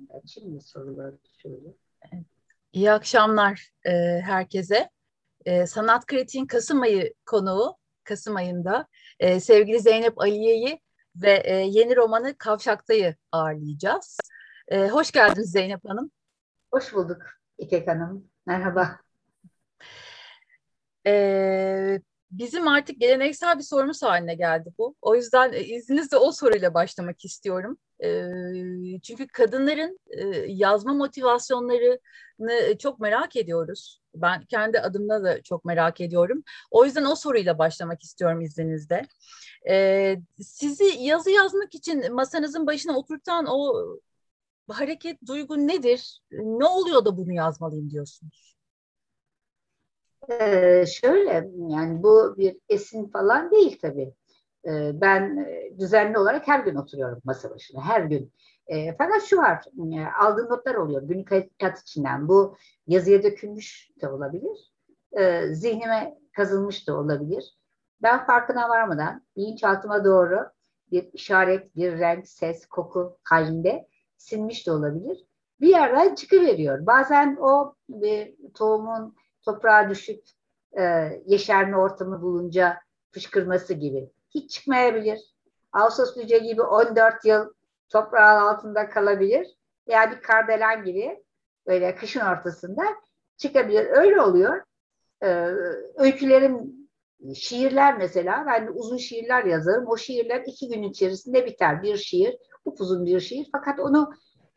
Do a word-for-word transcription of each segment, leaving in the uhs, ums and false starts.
Açayım mı soruları şöyle? İyi akşamlar e, herkese. E, Sanat Kritiğin Kasım ayı konuğu, Kasım ayında e, sevgili Zeynep Aliye'yi ve e, yeni romanı Kavşakta'yı ağırlayacağız. E, hoş geldiniz Zeynep Hanım. Hoş bulduk İpek Hanım. Merhaba. E, Bizim artık geleneksel bir sorumuz haline geldi bu. O yüzden e, izninizle o soruyla başlamak istiyorum. E, çünkü kadınların e, yazma motivasyonlarını çok merak ediyoruz. Ben kendi adımda da çok merak ediyorum. O yüzden o soruyla başlamak istiyorum izninizle. E, sizi yazı yazmak için masanızın başına oturtan o hareket, duygu nedir? Ne oluyor da bunu yazmalıyım diyorsunuz? Ee, şöyle yani bu bir esin falan değil tabii. Ee, ben e, düzenli olarak her gün oturuyorum masa başına. Her gün. Ee, fakat şu var. e, Aldığım notlar oluyor. Günlük hayat içinden. Bu yazıya dökülmüş de olabilir. Ee, zihnime kazınmış da olabilir. Ben farkına varmadan bilinçaltıma doğru bir işaret, bir renk, ses, koku halinde sinmiş de olabilir. Bir yerden çıkıveriyor. Bazen o bir tohumun toprağa düşüp e, yeşerme ortamı bulunca fışkırması gibi. Hiç çıkmayabilir. Ağustos böceği gibi on dört yıl toprağın altında kalabilir. Veya bir kardelen gibi böyle kışın ortasında çıkabilir. Öyle oluyor. E, Öykülerim, şiirler mesela, ben de uzun şiirler yazarım. O şiirler iki gün içerisinde biter. Bir şiir, upuzun bir şiir. Fakat onu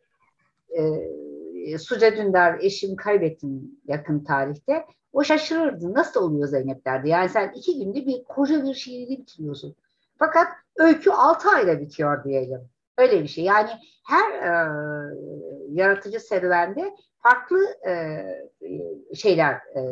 e, Sude Dündar eşimi kaybettim yakın tarihte. O şaşırırdı. Nasıl oluyor Zeynep derdi. Yani sen iki günde bir koca bir şiiri bitiriyorsun. Fakat öykü altı ayda bitiyor diyelim. Öyle bir şey. Yani her e, yaratıcı serüvende farklı e, şeyler e,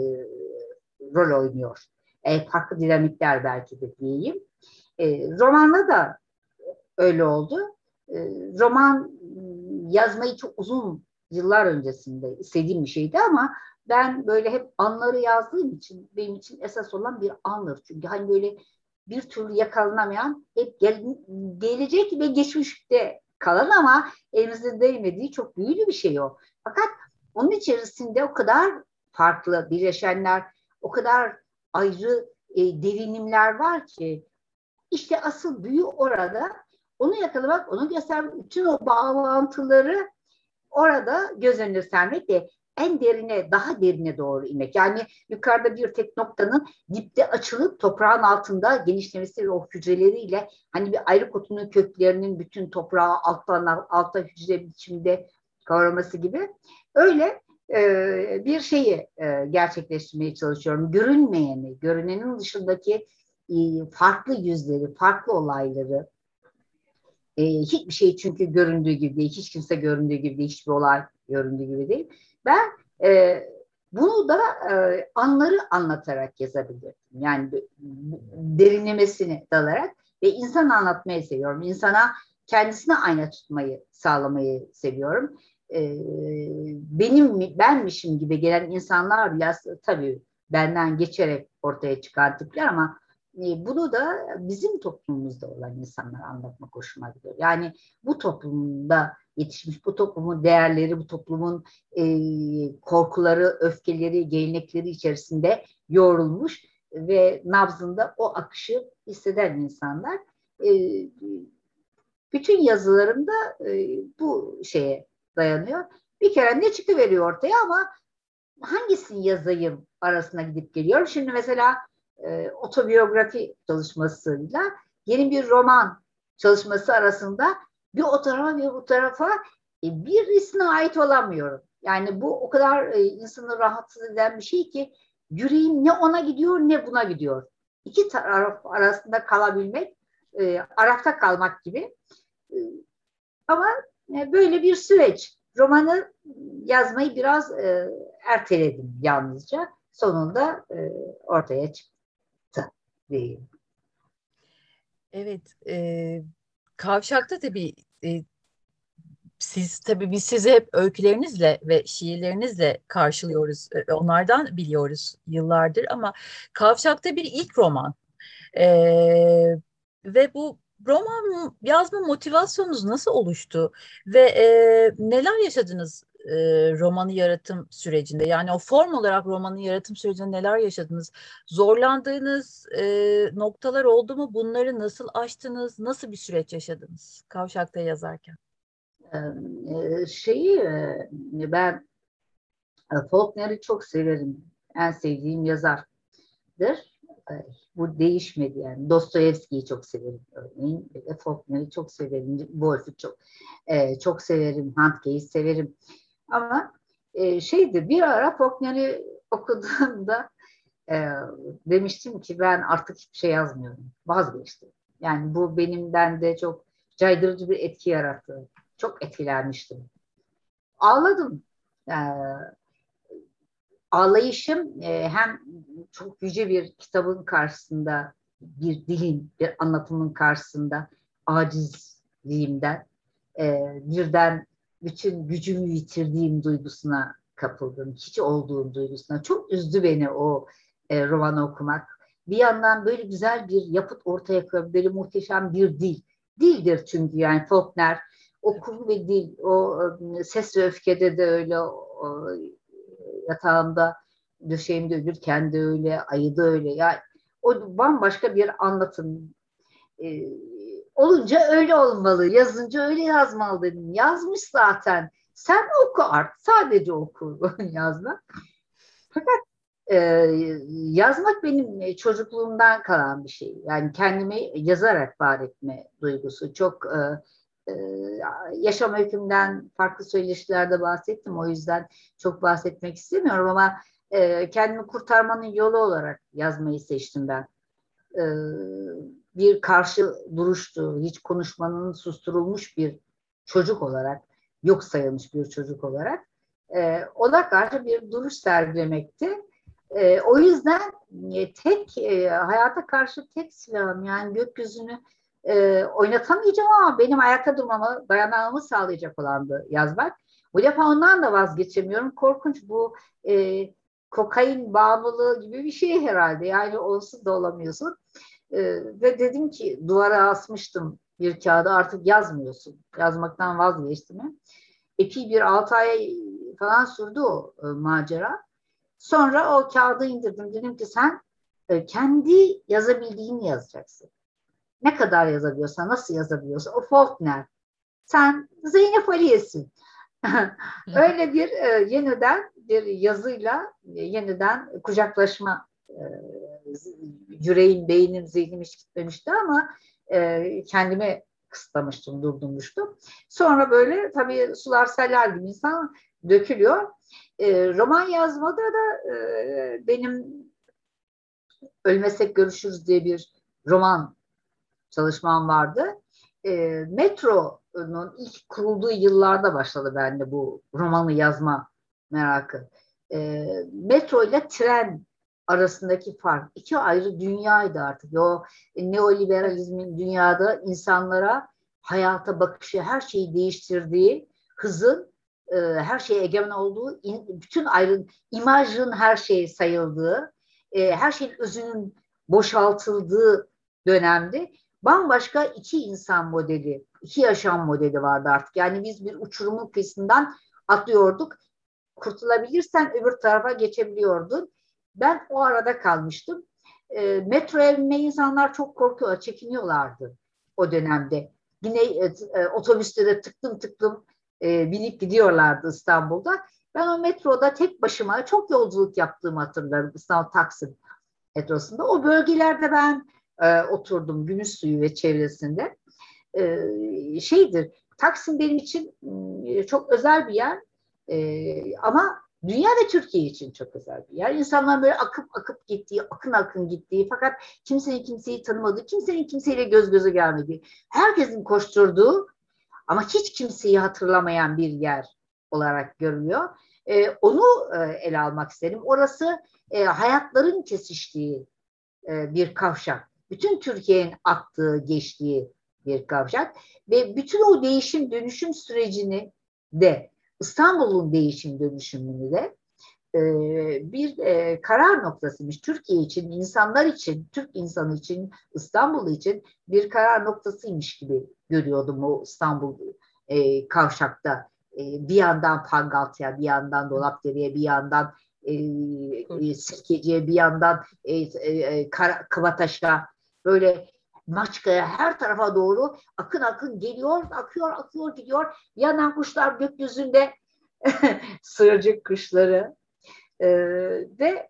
rol oynuyor. E, farklı dinamikler belki de diyeyim. E, romanla da öyle oldu. E, roman yazmayı çok uzun yıllar öncesinde istediğim bir şeydi ama ben böyle hep anları yazdığım için benim için esas olan bir andır. Çünkü hani böyle bir türlü yakalanamayan hep gel, gelecek ve geçmişte kalan ama elimizde değmediği çok büyülü bir şey o. Fakat onun içerisinde o kadar farklı bileşenler, o kadar ayrı e, devinimler var ki işte asıl büyü orada. Onu yakalamak, onu göstermek, bütün o bağlantıları orada göz önüne sermek ve en derine, daha derine doğru inmek. Yani yukarıda bir tek noktanın dipte açılıp toprağın altında genişlemesi ve o hücreleriyle hani bir ayrı kutunun köklerinin bütün toprağı alttan alta hücre biçimde kavraması gibi. Öyle e, bir şeyi e, gerçekleştirmeye çalışıyorum. Görünmeyeni, görünenin dışındaki e, farklı yüzleri, farklı olayları, e, hiçbir şey çünkü göründüğü gibi değil. Hiç kimse göründüğü gibi değil. Hiçbir olay göründüğü gibi değil. Ben e, bunu da e, anları anlatarak yazabilirim. Yani derinlemesine dalarak ve insan anlatmayı seviyorum. İnsana kendisine ayna tutmayı sağlamayı seviyorum. E, Benim benmişim gibi gelen insanlar bile tabii benden geçerek ortaya çıkan tipler ama e, bunu da bizim toplumumuzda olan insanlara anlatmak hoşuma gidiyor. Yani bu toplumda yetişmiş, bu toplumun değerleri, bu toplumun e, korkuları, öfkeleri, gelenekleri içerisinde yoğrulmuş ve nabzında o akışı hisseden insanlar. E, Bütün yazılarımda e, bu şeye dayanıyor. Bir kere ne çıkıveriyor ortaya ama hangisini yazayım arasına gidip geliyorum. Şimdi mesela e, otobiyografi çalışmasıyla yeni bir roman çalışması arasında bir o tarafa bir bu tarafa e, birisine ait olamıyorum. Yani bu o kadar e, insanı rahatsız eden bir şey ki yüreğim ne ona gidiyor ne buna gidiyor. İki taraf arasında kalabilmek, e, arafta kalmak gibi. E, Ama e, böyle bir süreç. Romanı yazmayı biraz e, erteledim yalnızca. Sonunda e, ortaya çıktı diyeyim. Evet, e, Kavşak'ta tabii e, siz tabii biz sizi hep öykülerinizle ve şiirlerinizle karşılıyoruz. E, Onlardan biliyoruz yıllardır ama Kavşak'ta bir ilk roman. E, Ve bu roman yazma motivasyonunuz nasıl oluştu ve e, neler yaşadınız e, romanı yaratım sürecinde? Yani o form olarak romanı yaratım sürecinde neler yaşadınız? Zorlandığınız e, noktalar oldu mu? Bunları nasıl aştınız? Nasıl bir süreç yaşadınız Kavşak'ta yazarken? Ee, şeyi e, ben e, Faulkner'i çok severim. En sevdiğim yazardır. E, Bu değişmedi yani. Dostoyevski'yi çok severim örneğin. Ve de Faulkner'i çok severim. Wolf'u çok e, çok severim. Handke'yi severim. Ama e, şeydi bir ara Faulkner'i okuduğumda e, demiştim ki ben artık hiçbir şey yazmıyorum. Vazgeçtim. Yani bu benim bende çok caydırıcı bir etki yarattı. Çok etkilenmiştim. Ağladım. Ee, Ağlayışım e, hem çok yüce bir kitabın karşısında, bir dilin, bir anlatımın karşısında acizliğimden, e, birden bütün gücümü yitirdiğim duygusuna kapıldım. Hiç olduğum duygusuna. Çok üzdü beni o e, romanı okumak. Bir yandan böyle güzel bir yapıt ortaya koyuyor. Böyle muhteşem bir dil. Dildir çünkü yani Faulkner okul ve dil, o e, Ses ve Öfke'de de öyle, o, yatağımda döşeğimde ölürken de öyle, ayıda öyle. Yani o bambaşka bir anlatım. Ee, Olunca öyle olmalı, yazınca öyle yazmalı dedim. Yazmış zaten. Sen oku artık, sadece oku yazma. Fakat e, yazmak benim çocukluğumdan kalan bir şey. Yani kendimi yazarak var etme duygusu. Çok e, e, yaşam öykümden farklı söyleşilerde bahsettim. O yüzden çok bahsetmek istemiyorum ama e, kendimi kurtarmanın yolu olarak yazmayı seçtim ben. E, Bir karşı duruştu. Hiç konuşmanın susturulmuş bir çocuk olarak, yok sayılmış bir çocuk olarak e, ona karşı bir duruş sergilemekti. E, o yüzden e, tek e, hayata karşı tek silahım yani gökyüzünü e, oynatamayacağım ama benim ayakta durmamı, dayanamamı sağlayacak olandı yazmak. Bu defa ondan da vazgeçemiyorum. Korkunç bu e, kokain bağımlılığı gibi bir şey herhalde. Yani onsuz da olamıyorsun. E, Ve dedim ki duvara asmıştım bir kağıda artık yazmıyorsun. Yazmaktan vazgeçtim. Epey bir altı ay falan sürdü o e, macera. Sonra o kağıdı indirdim. Dedim ki sen e, kendi yazabildiğini yazacaksın. Ne kadar yazabiliyorsan, nasıl yazabiliyorsan. O Faulkner. Sen Zeynep Aliye'sin. Öyle bir e, yeniden bir yazıyla e, yeniden kucaklaşma e, yüreğim, beynim, zihnim hiç gitmemişti ama e, kendimi kısıtlamıştım, durdurmuştum. Sonra böyle tabii sular seller gibi insan dökülüyor. E, roman yazmada da e, benim Ölmesek Görüşürüz diye bir roman çalışmam vardı. E, Metro'nun ilk kurulduğu yıllarda başladı bende bu romanı yazma merakı. E, Metro ile tren arasındaki fark iki ayrı dünyaydı artık. O neoliberalizmin dünyada insanlara hayata bakışı, her şeyi değiştirdiği, hızın e, her şeye egemen olduğu, in, bütün ayrı imajın her şeye sayıldığı, e, her şeyin özünün boşaltıldığı dönemdi. Bambaşka iki insan modeli, iki yaşam modeli vardı artık. Yani biz bir uçurumun kıyısından atlıyorduk. Kurtulabilirsen öbür tarafa geçebiliyordun. Ben o arada kalmıştım. E, metroya binmeye insanlar çok korkuyorlar, çekiniyorlardı o dönemde. Yine e, e, otobüste tıklım tıklım e, binip gidiyorlardı İstanbul'da. Ben o metroda tek başıma çok yolculuk yaptığımı hatırlarım İstanbul Taksim metrosunda. O bölgelerde ben e, oturdum Gümüşsuyu ve çevresinde. E, şeydir, Taksim benim için e, çok özel bir yer. E, ama dünya ve Türkiye için çok özel bir yer. İnsanlar böyle akıp akıp gittiği, akın akın gittiği fakat kimsenin kimseyi tanımadığı, kimsenin kimseyle göz göze gelmediği, herkesin koşturduğu ama hiç kimseyi hatırlamayan bir yer olarak görülüyor. E, onu e, ele almak isterim. Orası e, hayatların kesiştiği e, bir kavşak. Bütün Türkiye'nin aktığı, geçtiği bir kavşak ve bütün o değişim dönüşüm sürecini de İstanbul'un değişim dönüşümünü de e, bir e, karar noktasıymış. Türkiye için, insanlar için, Türk insanı için, İstanbul için bir karar noktasıymış gibi görüyordum o İstanbul e, kavşakta. E, bir yandan Pangaltı'ya, bir yandan Dolapdere'ye, bir yandan e, e, Sirkeci'ye, bir yandan e, e, Kar- Kavataş'a, böyle Maçka'ya, her tarafa doğru akın akın geliyor, akıyor, akıyor, gidiyor. Yanan kuşlar gökyüzünde, sığırcık kuşları. Ee, ve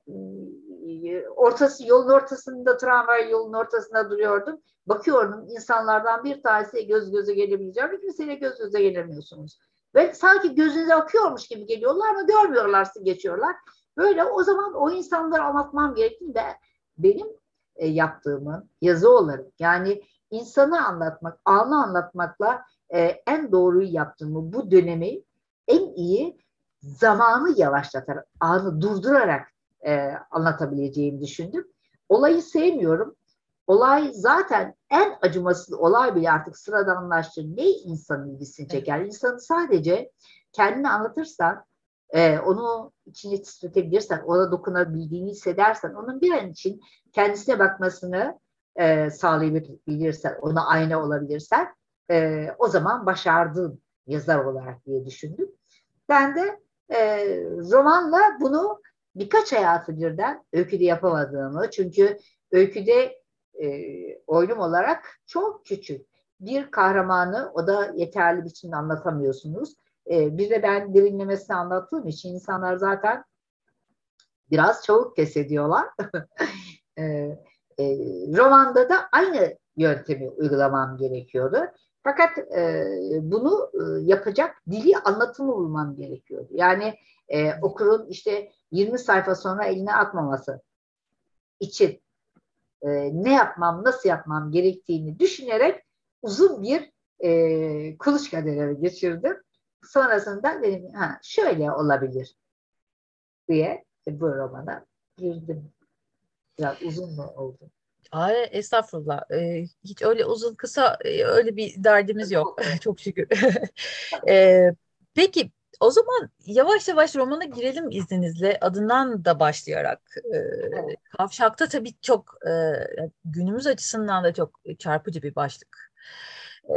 e, ortası yolun ortasında, tramvay yolun ortasında duruyordum. Bakıyorum, insanlardan bir tanesiyle göz göze gelebileceğim. Kimseyle göz göze gelemiyorsunuz. Ve sanki gözünüze akıyormuş gibi geliyorlar ama görmüyorlar, geçiyorlar. Böyle, o zaman o insanları anlatmam gerektiğinde benim e, yaptığımı yazı olarak, yani insanı anlatmak, anı anlatmakla e, en doğruyu yaptığımı, bu dönemi en iyi zamanı yavaşlatarak, anı durdurarak e, anlatabileceğimi düşündüm. Olayı sevmiyorum. Olay zaten, en acımasız olay bile artık sıradanlaştı. Ne insanın ilgisini çeker? İnsanı sadece kendini anlatırsan, e, onu içine titretebilirsen, ona dokunabildiğini hissedersen, onun bir an için kendisine bakmasını e, sağlayabilirsen, ona ayna olabilirsen, e, o zaman başardın yazar olarak diye düşündüm. Ben de e, romanla bunu birkaç hayatı birden öyküde yapamadığımı, çünkü öyküde e, oylum olarak çok küçük bir kahramanı, o da yeterli biçimde anlatamıyorsunuz. E, bir de ben derinlemesine anlattığım için insanlar zaten biraz çabuk pes ediyorlar. e, e, Romanda da aynı yöntemi uygulamam gerekiyordu. Fakat e, bunu e, yapacak dili, anlatımı bulmam gerekiyordu. Yani e, okurun işte yirmi sayfa sonra eline atmaması için e, ne yapmam, nasıl yapmam gerektiğini düşünerek uzun bir e, kuluçka dönemi geçirdim. Sonrasında dedim, ha, şöyle olabilir diye bu romana girdim. Biraz uzun mu oldu? Ay, estağfurullah. Ee, hiç öyle uzun kısa e, öyle bir derdimiz yok. Çok şükür. Ee, peki o zaman yavaş yavaş romana girelim izninizle. Adından da başlayarak. Ee, Evet. Kavşak'ta tabii çok e, günümüz açısından da çok çarpıcı bir başlık. Ee,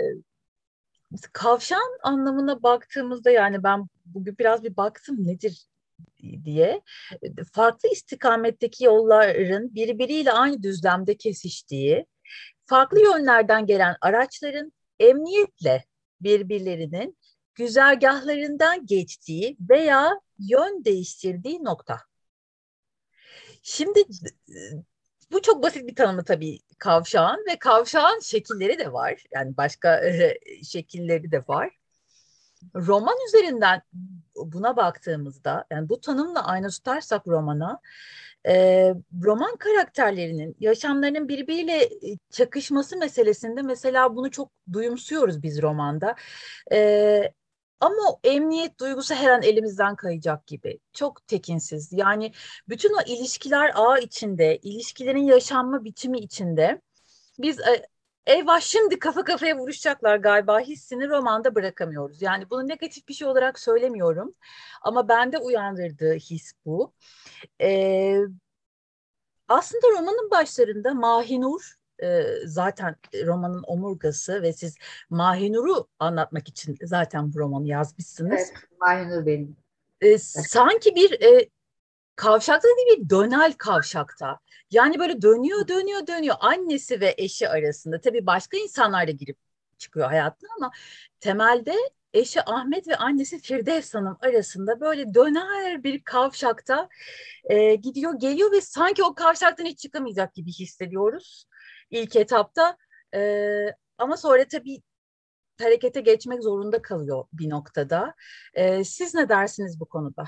Kavşağın anlamına baktığımızda, yani ben bugün biraz bir baktım nedir diye. Farklı istikametteki yolların birbiriyle aynı düzlemde kesiştiği, farklı yönlerden gelen araçların emniyetle birbirlerinin güzergahlarından geçtiği veya yön değiştirdiği nokta. Şimdi e, bu çok basit bir tanımı tabii kavşağın, ve kavşağın şekilleri de var. Yani başka e, şekilleri de var. Roman üzerinden buna baktığımızda, yani bu tanımla ayna tutarsak romana, e, roman karakterlerinin yaşamlarının birbiriyle e, çakışması meselesinde mesela bunu çok duyumsuyoruz biz romanda. E, Ama o emniyet duygusu her an elimizden kayacak gibi. Çok tekinsiz. Yani bütün o ilişkiler ağı içinde, ilişkilerin yaşanma biçimi içinde biz e, eyvah şimdi kafa kafaya vuruşacaklar galiba hissini romanda bırakamıyoruz. Yani bunu negatif bir şey olarak söylemiyorum ama bende uyandırdığı his bu. E, Aslında romanın başlarında Mahinur e, zaten romanın omurgası ve siz Mahinur'u anlatmak için zaten bu romanı yazmışsınız. Evet, Mahinur benim. E, sanki bir e, kavşakta değil, bir dönel kavşakta. Yani böyle dönüyor dönüyor dönüyor annesi ve eşi arasında. Tabii başka insanlar da girip çıkıyor hayatına ama temelde eşi Ahmet ve annesi Firdevs Hanım arasında böyle döner bir kavşakta e, gidiyor geliyor ve sanki o kavşaktan hiç çıkamayacak gibi hissediyoruz ilk etapta. E, Ama sonra tabii harekete geçmek zorunda kalıyor bir noktada. E, siz ne dersiniz bu konuda?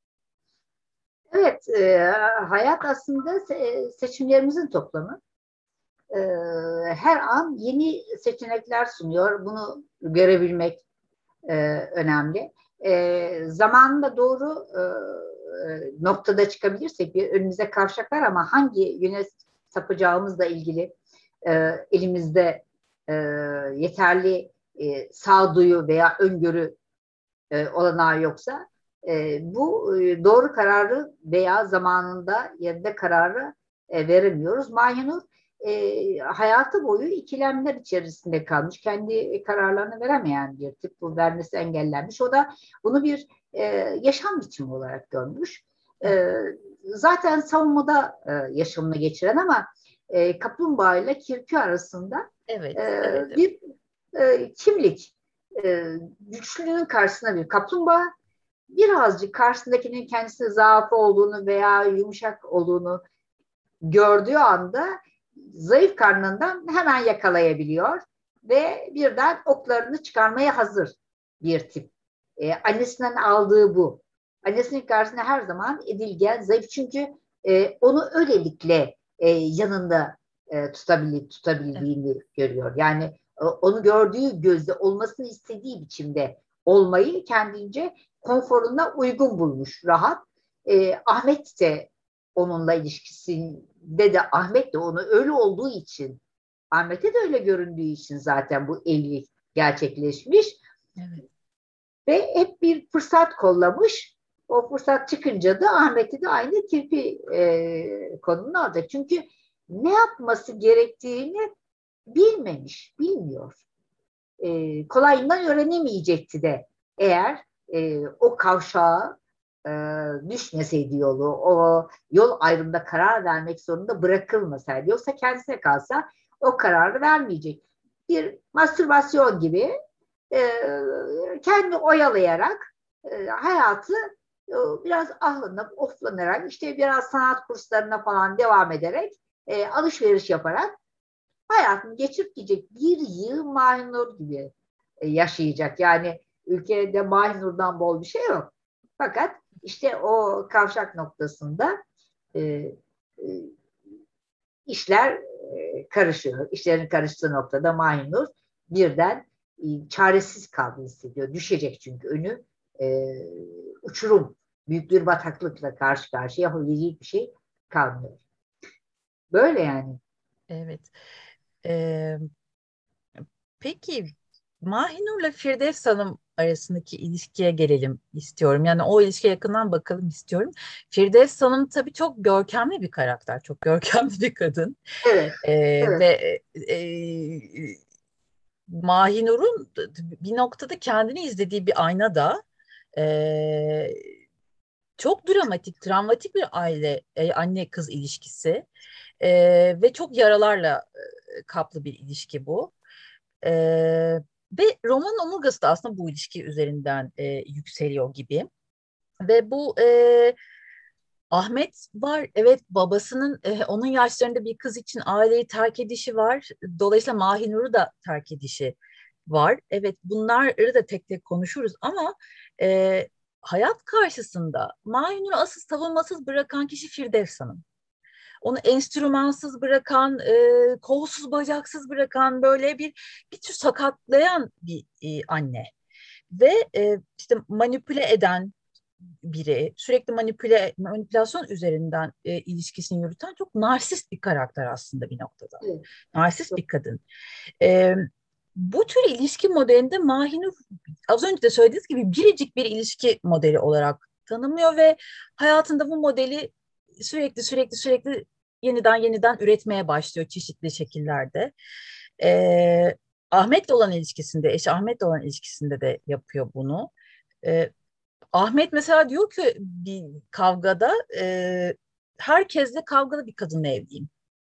Evet, e, hayat aslında se- seçimlerimizin toplamı. E, Her an yeni seçenekler sunuyor. Bunu görebilmek e, önemli. E, zamanında doğru e, e, noktada çıkabilirsek, bir önümüze kavşaklar, ama hangi yöne sapacağımızla ilgili e, elimizde e, yeterli e, sağduyu veya öngörü e, olanağı yoksa E, bu e, doğru kararı veya zamanında yerinde kararı e, veremiyoruz. Mahinur e, hayatı boyu ikilemler içerisinde kalmış. Kendi kararlarını veremeyen bir tip. Bu vermesi engellenmiş. O da bunu bir e, yaşam biçimi olarak görmüş. E, zaten savunmada e, yaşamını geçiren ama e, kaplumbağa ile kirpi arasında Evet, e, evet, evet. bir e, kimlik. E, güçlünün karşısına bir kaplumbağa, birazcık karşısındakinin kendisine zaafı olduğunu veya yumuşak olduğunu gördüğü anda zayıf karnından hemen yakalayabiliyor ve birden oklarını çıkarmaya hazır bir tip. Ee, annesinden aldığı bu. Annesinin karşısında her zaman edilgen, zayıf, çünkü e, onu öylelikle e, yanında e, tutabil, tutabildiğini görüyor. Yani e, onu gördüğü gözde, olmasını istediği biçimde olmayı kendince konforuna uygun bulmuş, rahat. E, Ahmet de onunla ilişkisinde de Ahmet de onu öyle olduğu için, Ahmet'e de öyle göründüğü için zaten bu evlilik gerçekleşmiş. Evet. Ve hep bir fırsat kollamış. O fırsat çıkınca da Ahmet'i de aynı kirpi e, konumuna alacak. Çünkü ne yapması gerektiğini bilmemiş, bilmiyor. E, kolayından öğrenemeyecekti de eğer e, o kavşağa e, düşmeseydi yolu, o yol ayrımında karar vermek zorunda bırakılmasaydı. Yoksa kendisine kalsa o kararı vermeyecek. Bir mastürbasyon gibi e, kendi oyalayarak e, hayatı e, biraz ahlanıp oflanarak, işte biraz sanat kurslarına falan devam ederek, e, alışveriş yaparak hayatını geçirip gidecek. Bir yıl Mahinur gibi e, yaşayacak. Yani ülkede Mahinur'dan bol bir şey yok. Fakat işte o kavşak noktasında e, e, işler e, karışıyor. İşlerin karıştığı noktada Mahinur birden e, çaresiz kaldığını hissediyor. Düşecek çünkü önü e, uçurum. Büyük bir bataklıkla karşı karşıya, yapabilecek bir şey kalmıyor. Böyle yani. Evet. Ee, peki Mahinur'la Firdevs Hanım arasındaki ilişkiye gelelim istiyorum. Yani o ilişkiye yakından bakalım istiyorum. Firdevs Hanım tabii çok görkemli bir karakter, çok görkemli bir kadın. Evet. Ee, Evet. ve e, Mahinur'un bir noktada kendini izlediği bir aynada e, çok dramatik, travmatik bir aile, e, anne kız ilişkisi. E, ve çok yaralarla e, kaplı bir ilişki bu. E, ve romanın omurgası da aslında bu ilişki üzerinden e, yükseliyor gibi. Ve bu e, Ahmet var, evet, babasının e, onun yaşlarında bir kız için aileyi terk edişi var. Dolayısıyla Mahinur'u da terk edişi var. Evet, bunları da tek tek konuşuruz ama e, hayat karşısında Mahinur'u asıl savunmasız bırakan kişi Firdevs Hanım. Onu enstrümansız bırakan, e, kolsuz bacaksız bırakan, böyle bir bir tür sakatlayan bir e, anne. Ve e, işte manipüle eden biri, sürekli manipüle manipülasyon üzerinden e, ilişkisini yürüten çok narsist bir karakter aslında bir noktada. Evet. Narsist bir kadın. E, bu tür ilişki modelinde Mahinur, az önce de söylediğiniz gibi, biricik bir ilişki modeli olarak tanımlıyor ve hayatında bu modeli sürekli sürekli sürekli yeniden yeniden üretmeye başlıyor çeşitli şekillerde. E, Ahmet'le olan ilişkisinde, eşi Ahmet'le olan ilişkisinde de yapıyor bunu. E, Ahmet mesela diyor ki bir kavgada, e, herkesle kavgalı bir kadınla evliyim.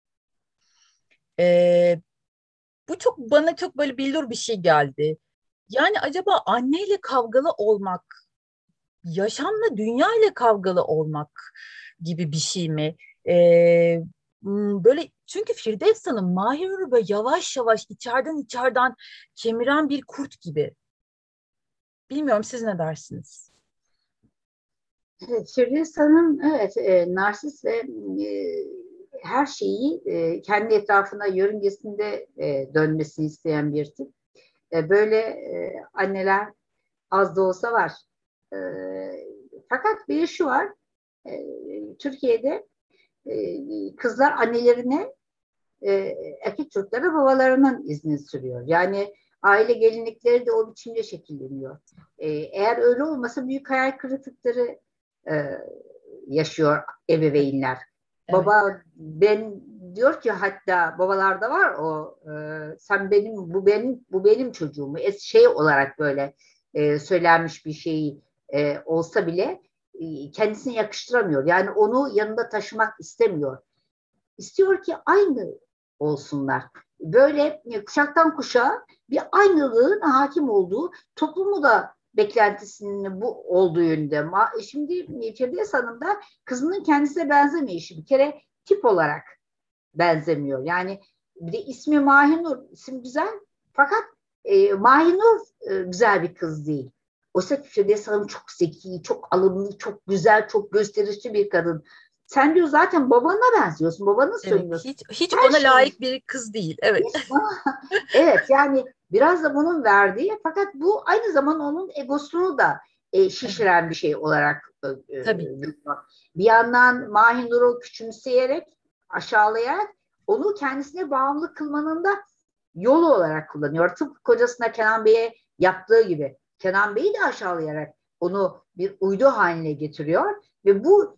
E, bu çok bana çok böyle billur bir şey geldi. Yani acaba anneyle kavgalı olmak, yaşamla, dünya ile kavgalı olmak gibi bir şey mi? E, m, böyle çünkü Firdevs Hanım Mahir'i böyle yavaş yavaş içeriden içeriden kemiren bir kurt gibi. Bilmiyorum, siz ne dersiniz? Evet, Firdevs Hanım, evet, e, narsist ve e, her şeyi e, kendi etrafına, yörüngesinde e, dönmesini isteyen bir tip. E, böyle e, anneler az da olsa var. E, fakat bir şu var, e, Türkiye'de e, kızlar annelerine, e, erkek çocuklara babalarının izni sürüyor. Yani Aile gelenekleri de o biçimde şekilleniyor. E, eğer öyle olmasa büyük hayal kırıklıkları e, yaşıyor ebeveynler. Evet. Baba ben diyor ki, hatta babalarda var o, e, sen benim bu benim bu benim çocuğum. Es şey olarak böyle e, söylenmiş bir şey e, olsa bile e, kendisine yakıştıramıyor. Yani onu yanında taşımak istemiyor. İstiyor ki aynı olsunlar. Böyle e, kuşaktan kuşağa bir aynılığın hakim olduğu, toplumu da beklentisinin bu olduğu yönünde. Ma- Şimdi Firdevs Hanım da kızının kendisine benzemeyişi, bir kere tip olarak benzemiyor. Yani bir de ismi Mahinur, isim güzel fakat e, Mahinur e, güzel bir kız değil. Oysa Firdevs Hanım çok zeki, çok alımlı, çok güzel, çok gösterişli bir kadın. Sen diyor zaten babanla benziyorsun, babanı Evet. söylüyorsun. Hiç hiç Her ona şeyi, layık bir kız değil. Evet. hiç, evet yani biraz da bunun verdiği, fakat bu aynı zamanda onun egosunu da e, Evet. şişiren bir şey olarak e, e, Tabii. bir yandan Mahinur'u küçümseyerek, aşağılayarak onu kendisine bağımlı kılmanın da yolu olarak kullanıyor. Tıpkı kocasına, Kenan Bey'e yaptığı gibi. Kenan Bey'i de aşağılayarak onu bir uydu haline getiriyor ve bu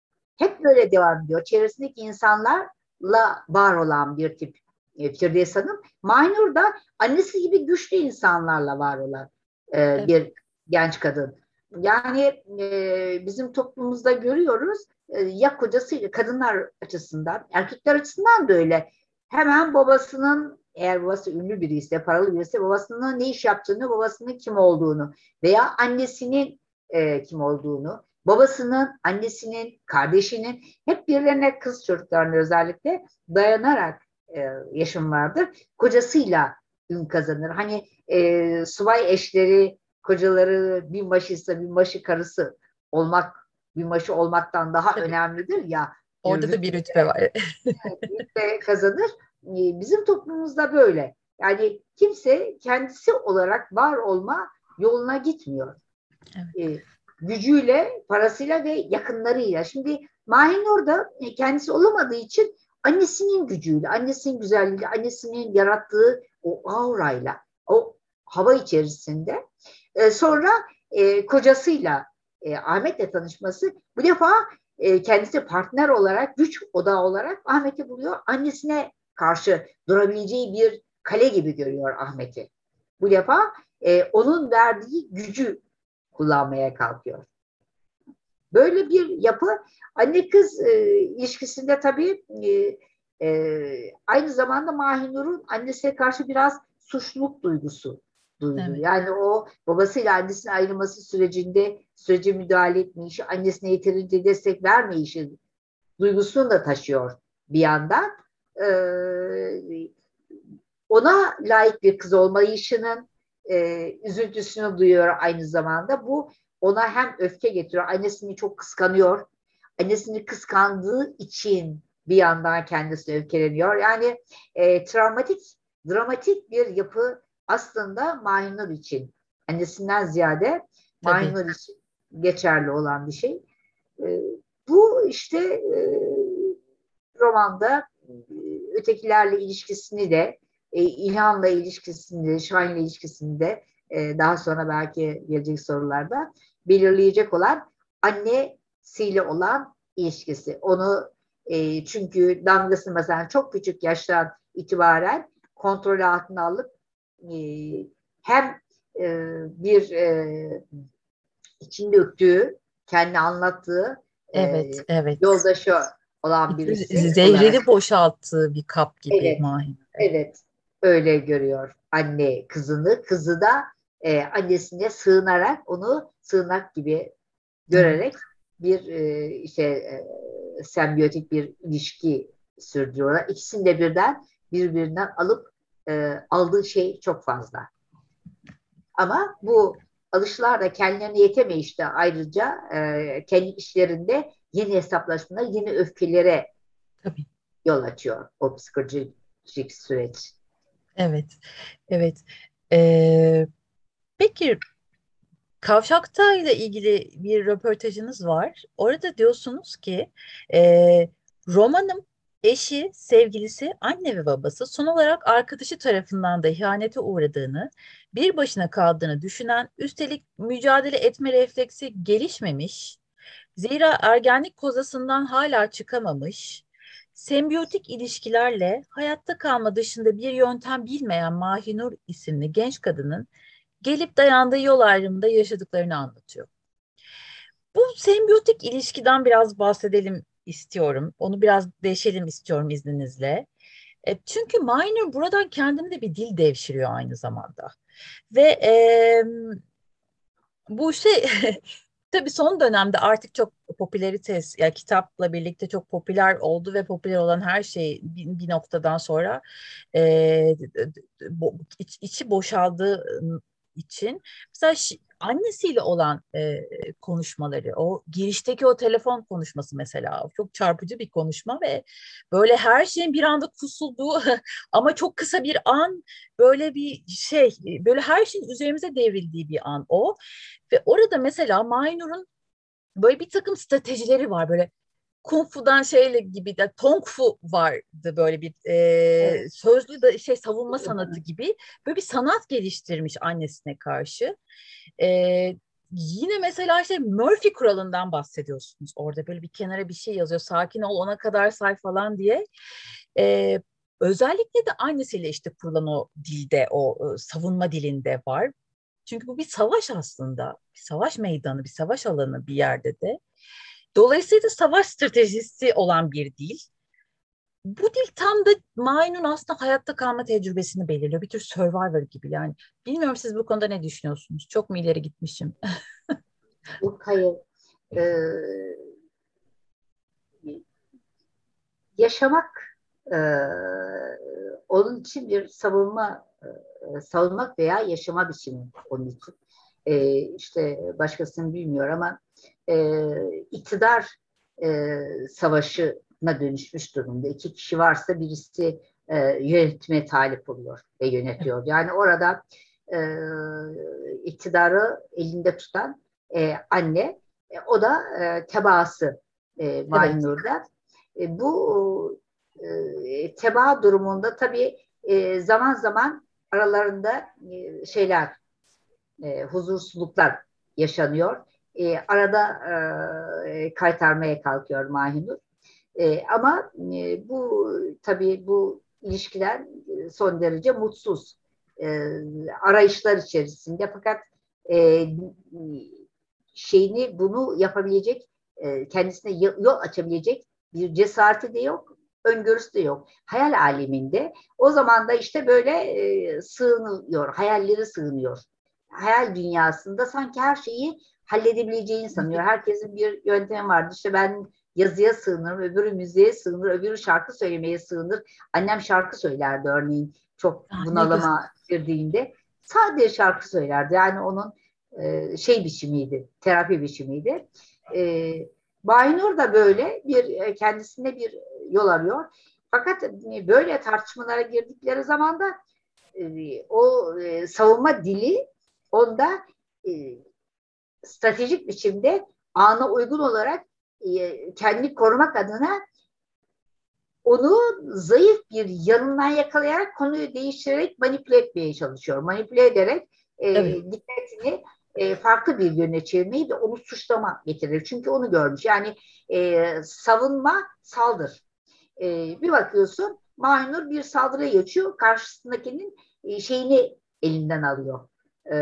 hep böyle devam ediyor. Çevresindeki insanlarla var olan bir tip e, Firdevs Hanım. Maynur da annesi gibi güçlü insanlarla var olan e, Evet. bir genç kadın. Yani e, bizim toplumumuzda görüyoruz, e, ya kocasıyla, kadınlar açısından, erkekler açısından da öyle. Hemen babasının, eğer babası ünlü biri ise, paralı biri ise, babasının ne iş yaptığını, babasının kim olduğunu veya annesinin e, kim olduğunu, babasının, annesinin, kardeşinin, hep birilerine, kız çocuklarına özellikle dayanarak e, yaşım vardır. Kocasıyla ün kazanır. Hani e, subay eşleri, kocaları binbaşıysa binbaşı karısı olmak, binbaşı olmaktan daha Tabii. önemlidir ya, bir Orada da bir rütbe, rütbe var. rütbe kazanır. E, bizim toplumumuzda böyle. Yani kimse kendisi olarak var olma yoluna gitmiyor. Evet. E, gücüyle, parasıyla ve yakınlarıyla. Şimdi Mahinur da e, kendisi olamadığı için annesinin gücüyle, annesinin güzelliğiyle, annesinin yarattığı o aurayla, o hava içerisinde e, sonra e, kocasıyla e, Ahmet'le tanışması, bu defa e, kendisi partner olarak, güç odağı olarak Ahmet'i buluyor. Annesine karşı durabileceği bir kale gibi görüyor Ahmet'i. Bu defa e, onun verdiği gücü kullanmaya kalkıyor. Böyle bir yapı anne kız e, ilişkisinde tabii e, e, aynı zamanda Mahinur'un annesine karşı biraz suçluluk duygusu duyuluyor. Evet. Yani o babasıyla annesinin ayrılması sürecinde sürece müdahale etmeyişi, annesine yeterince destek vermeyişi duygusunu da taşıyor bir yandan. Ee, ona layık bir kız olmayışının e, üzüntüsünü duyuyor aynı zamanda. Bu ona hem öfke getiriyor. Annesini çok kıskanıyor. Annesini kıskandığı için bir yandan kendisi öfkeleniyor. Yani e, travmatik, dramatik bir yapı aslında Mahinur için. Annesinden ziyade Tabii. Mahinur için geçerli olan bir şey. E, bu işte e, romanda e, ötekilerle ilişkisini de, e, İlhan'la ilişkisini de, Şahin'le ilişkisini de e, daha sonra belki gelecek sorularda belirleyecek olan annesiyle olan ilişkisi. Onu e, çünkü damgasını mesela çok küçük yaştan itibaren kontrol altına alıp e, hem e, bir e, içinde öptüğü, kendi anlattığı e, Evet. Evet. yoldaşı olan birisi İçi olarak. zehrini boşalttığı bir kap gibi Evet, Mahir. Evet. evet. Öyle görüyor anne kızını. Kızı da e, annesine sığınarak, onu sığınak gibi Evet. görerek bir e, işte e, sembiyotik bir ilişki sürdürüyorlar. İkisini de birden birbirinden alıp e, aldığı şey çok fazla. Ama bu alışlar da kendilerine yetemeyiş de ayrıca e, kendi işlerinde yeni hesaplaşmalar, yeni öfkelere Tabii. yol açıyor o psikolojik süreç. Evet. Evet. Ee, peki Kavşak'ta ile ilgili bir röportajınız var. Orada diyorsunuz ki e, romanım Eşi, sevgilisi, anne ve babası son olarak arkadaşı tarafından da ihanete uğradığını, bir başına kaldığını düşünen, üstelik mücadele etme refleksi gelişmemiş, zira ergenlik kozasından hala çıkamamış, sembiyotik ilişkilerle hayatta kalma dışında bir yöntem bilmeyen Mahinur isimli genç kadının gelip dayandığı yol ayrımında yaşadıklarını anlatıyor. Bu sembiyotik ilişkiden biraz bahsedelim istiyorum. Onu biraz deşelim istiyorum izninizle. E, çünkü Miner buradan kendine de bir dil devşiriyor aynı zamanda. Ve e, bu şey tabii son dönemde artık çok popülaritesi, ya kitapla birlikte çok popüler oldu ve popüler olan her şey bir, bir noktadan sonra e, bo, iç, içi boşaldığı için mesela şi- annesiyle olan e, konuşmaları, o girişteki o telefon konuşması mesela çok çarpıcı bir konuşma ve böyle her şeyin bir anda kusulduğu ama çok kısa bir an, böyle bir şey, böyle her şeyin üzerimize devrildiği bir an o. Ve orada mesela Mainur'un böyle bir takım stratejileri var. Böyle Kung Fu'dan şeyle gibi de Tong Fu vardı, böyle bir e, Evet. sözlü de şey savunma sanatı gibi böyle bir sanat geliştirmiş annesine karşı. E, Yine mesela işte Murphy kuralından bahsediyorsunuz. Orada böyle bir kenara bir şey yazıyor. Sakin ol, ona kadar say falan diye. E, Özellikle de annesiyle işte kurulan o dilde, o e, savunma dilinde var. Çünkü bu bir savaş aslında. Bir savaş meydanı, bir savaş alanı bir yerde de. Dolayısıyla savaş stratejisi olan bir dil. Bu dil tam da Maymun'un aslında hayatta kalma tecrübesini belirliyor. Bir tür Survivor gibi yani. Bilmiyorum, siz bu konuda ne düşünüyorsunuz? Çok mu ileri gitmişim? Yok, hayır. Ee, Yaşamak e, onun için bir savunma e, savunmak veya yaşama biçimi onun için. E, işte başkasını bilmiyor ama e, iktidar e, savaşına dönüşmüş durumda. İki kişi varsa birisi e, yönetime talip oluyor ve yönetiyor. Yani orada e, iktidarı elinde tutan e, anne, e, o da e, tebaası e, Evet, Mahinur'da. E, bu e, tebaa durumunda tabii e, zaman zaman aralarında e, şeyler, e, huzursuzluklar yaşanıyor. E, arada e, kaytarmaya kalkıyor Mahinur. E, ama e, bu tabii bu ilişkiler e, son derece mutsuz. E, Arayışlar içerisinde, fakat e, şeyini bunu yapabilecek, e, kendisine yol açabilecek bir cesareti de yok, öngörüsü de yok. Hayal aleminde. O zaman da işte böyle e, sığınıyor, hayalleri sığınıyor. Hayal dünyasında sanki her şeyi halledebileceğini sanıyor. Herkesin bir yöntemi vardı. İşte ben yazıya sığınır, öbürü müziğe sığınır, öbürü şarkı söylemeye sığınır. Annem şarkı söylerdi örneğin, çok ah, ne güzel. bunalıma girdiğinde. Sadece şarkı söylerdi. Yani onun e, şey biçimiydi, terapi biçimiydi. E, Baynur da böyle bir e, kendisine bir yol arıyor. Fakat e, böyle tartışmalara girdikleri zaman da e, o e, savunma dili onda e, stratejik biçimde ana uygun olarak e, kendini korumak adına onu zayıf bir yanından yakalayarak konuyu değiştirerek manipüle etmeye çalışıyor. Manipüle ederek e, Evet, dikkatini e, farklı bir yöne çevirmeyi ve onu suçlama getirir. Çünkü onu görmüş. Yani e, savunma, saldır. E, bir bakıyorsun Mahinur bir saldırıya geçiyor. Karşısındakinin e, şeyini elinden alıyor. E,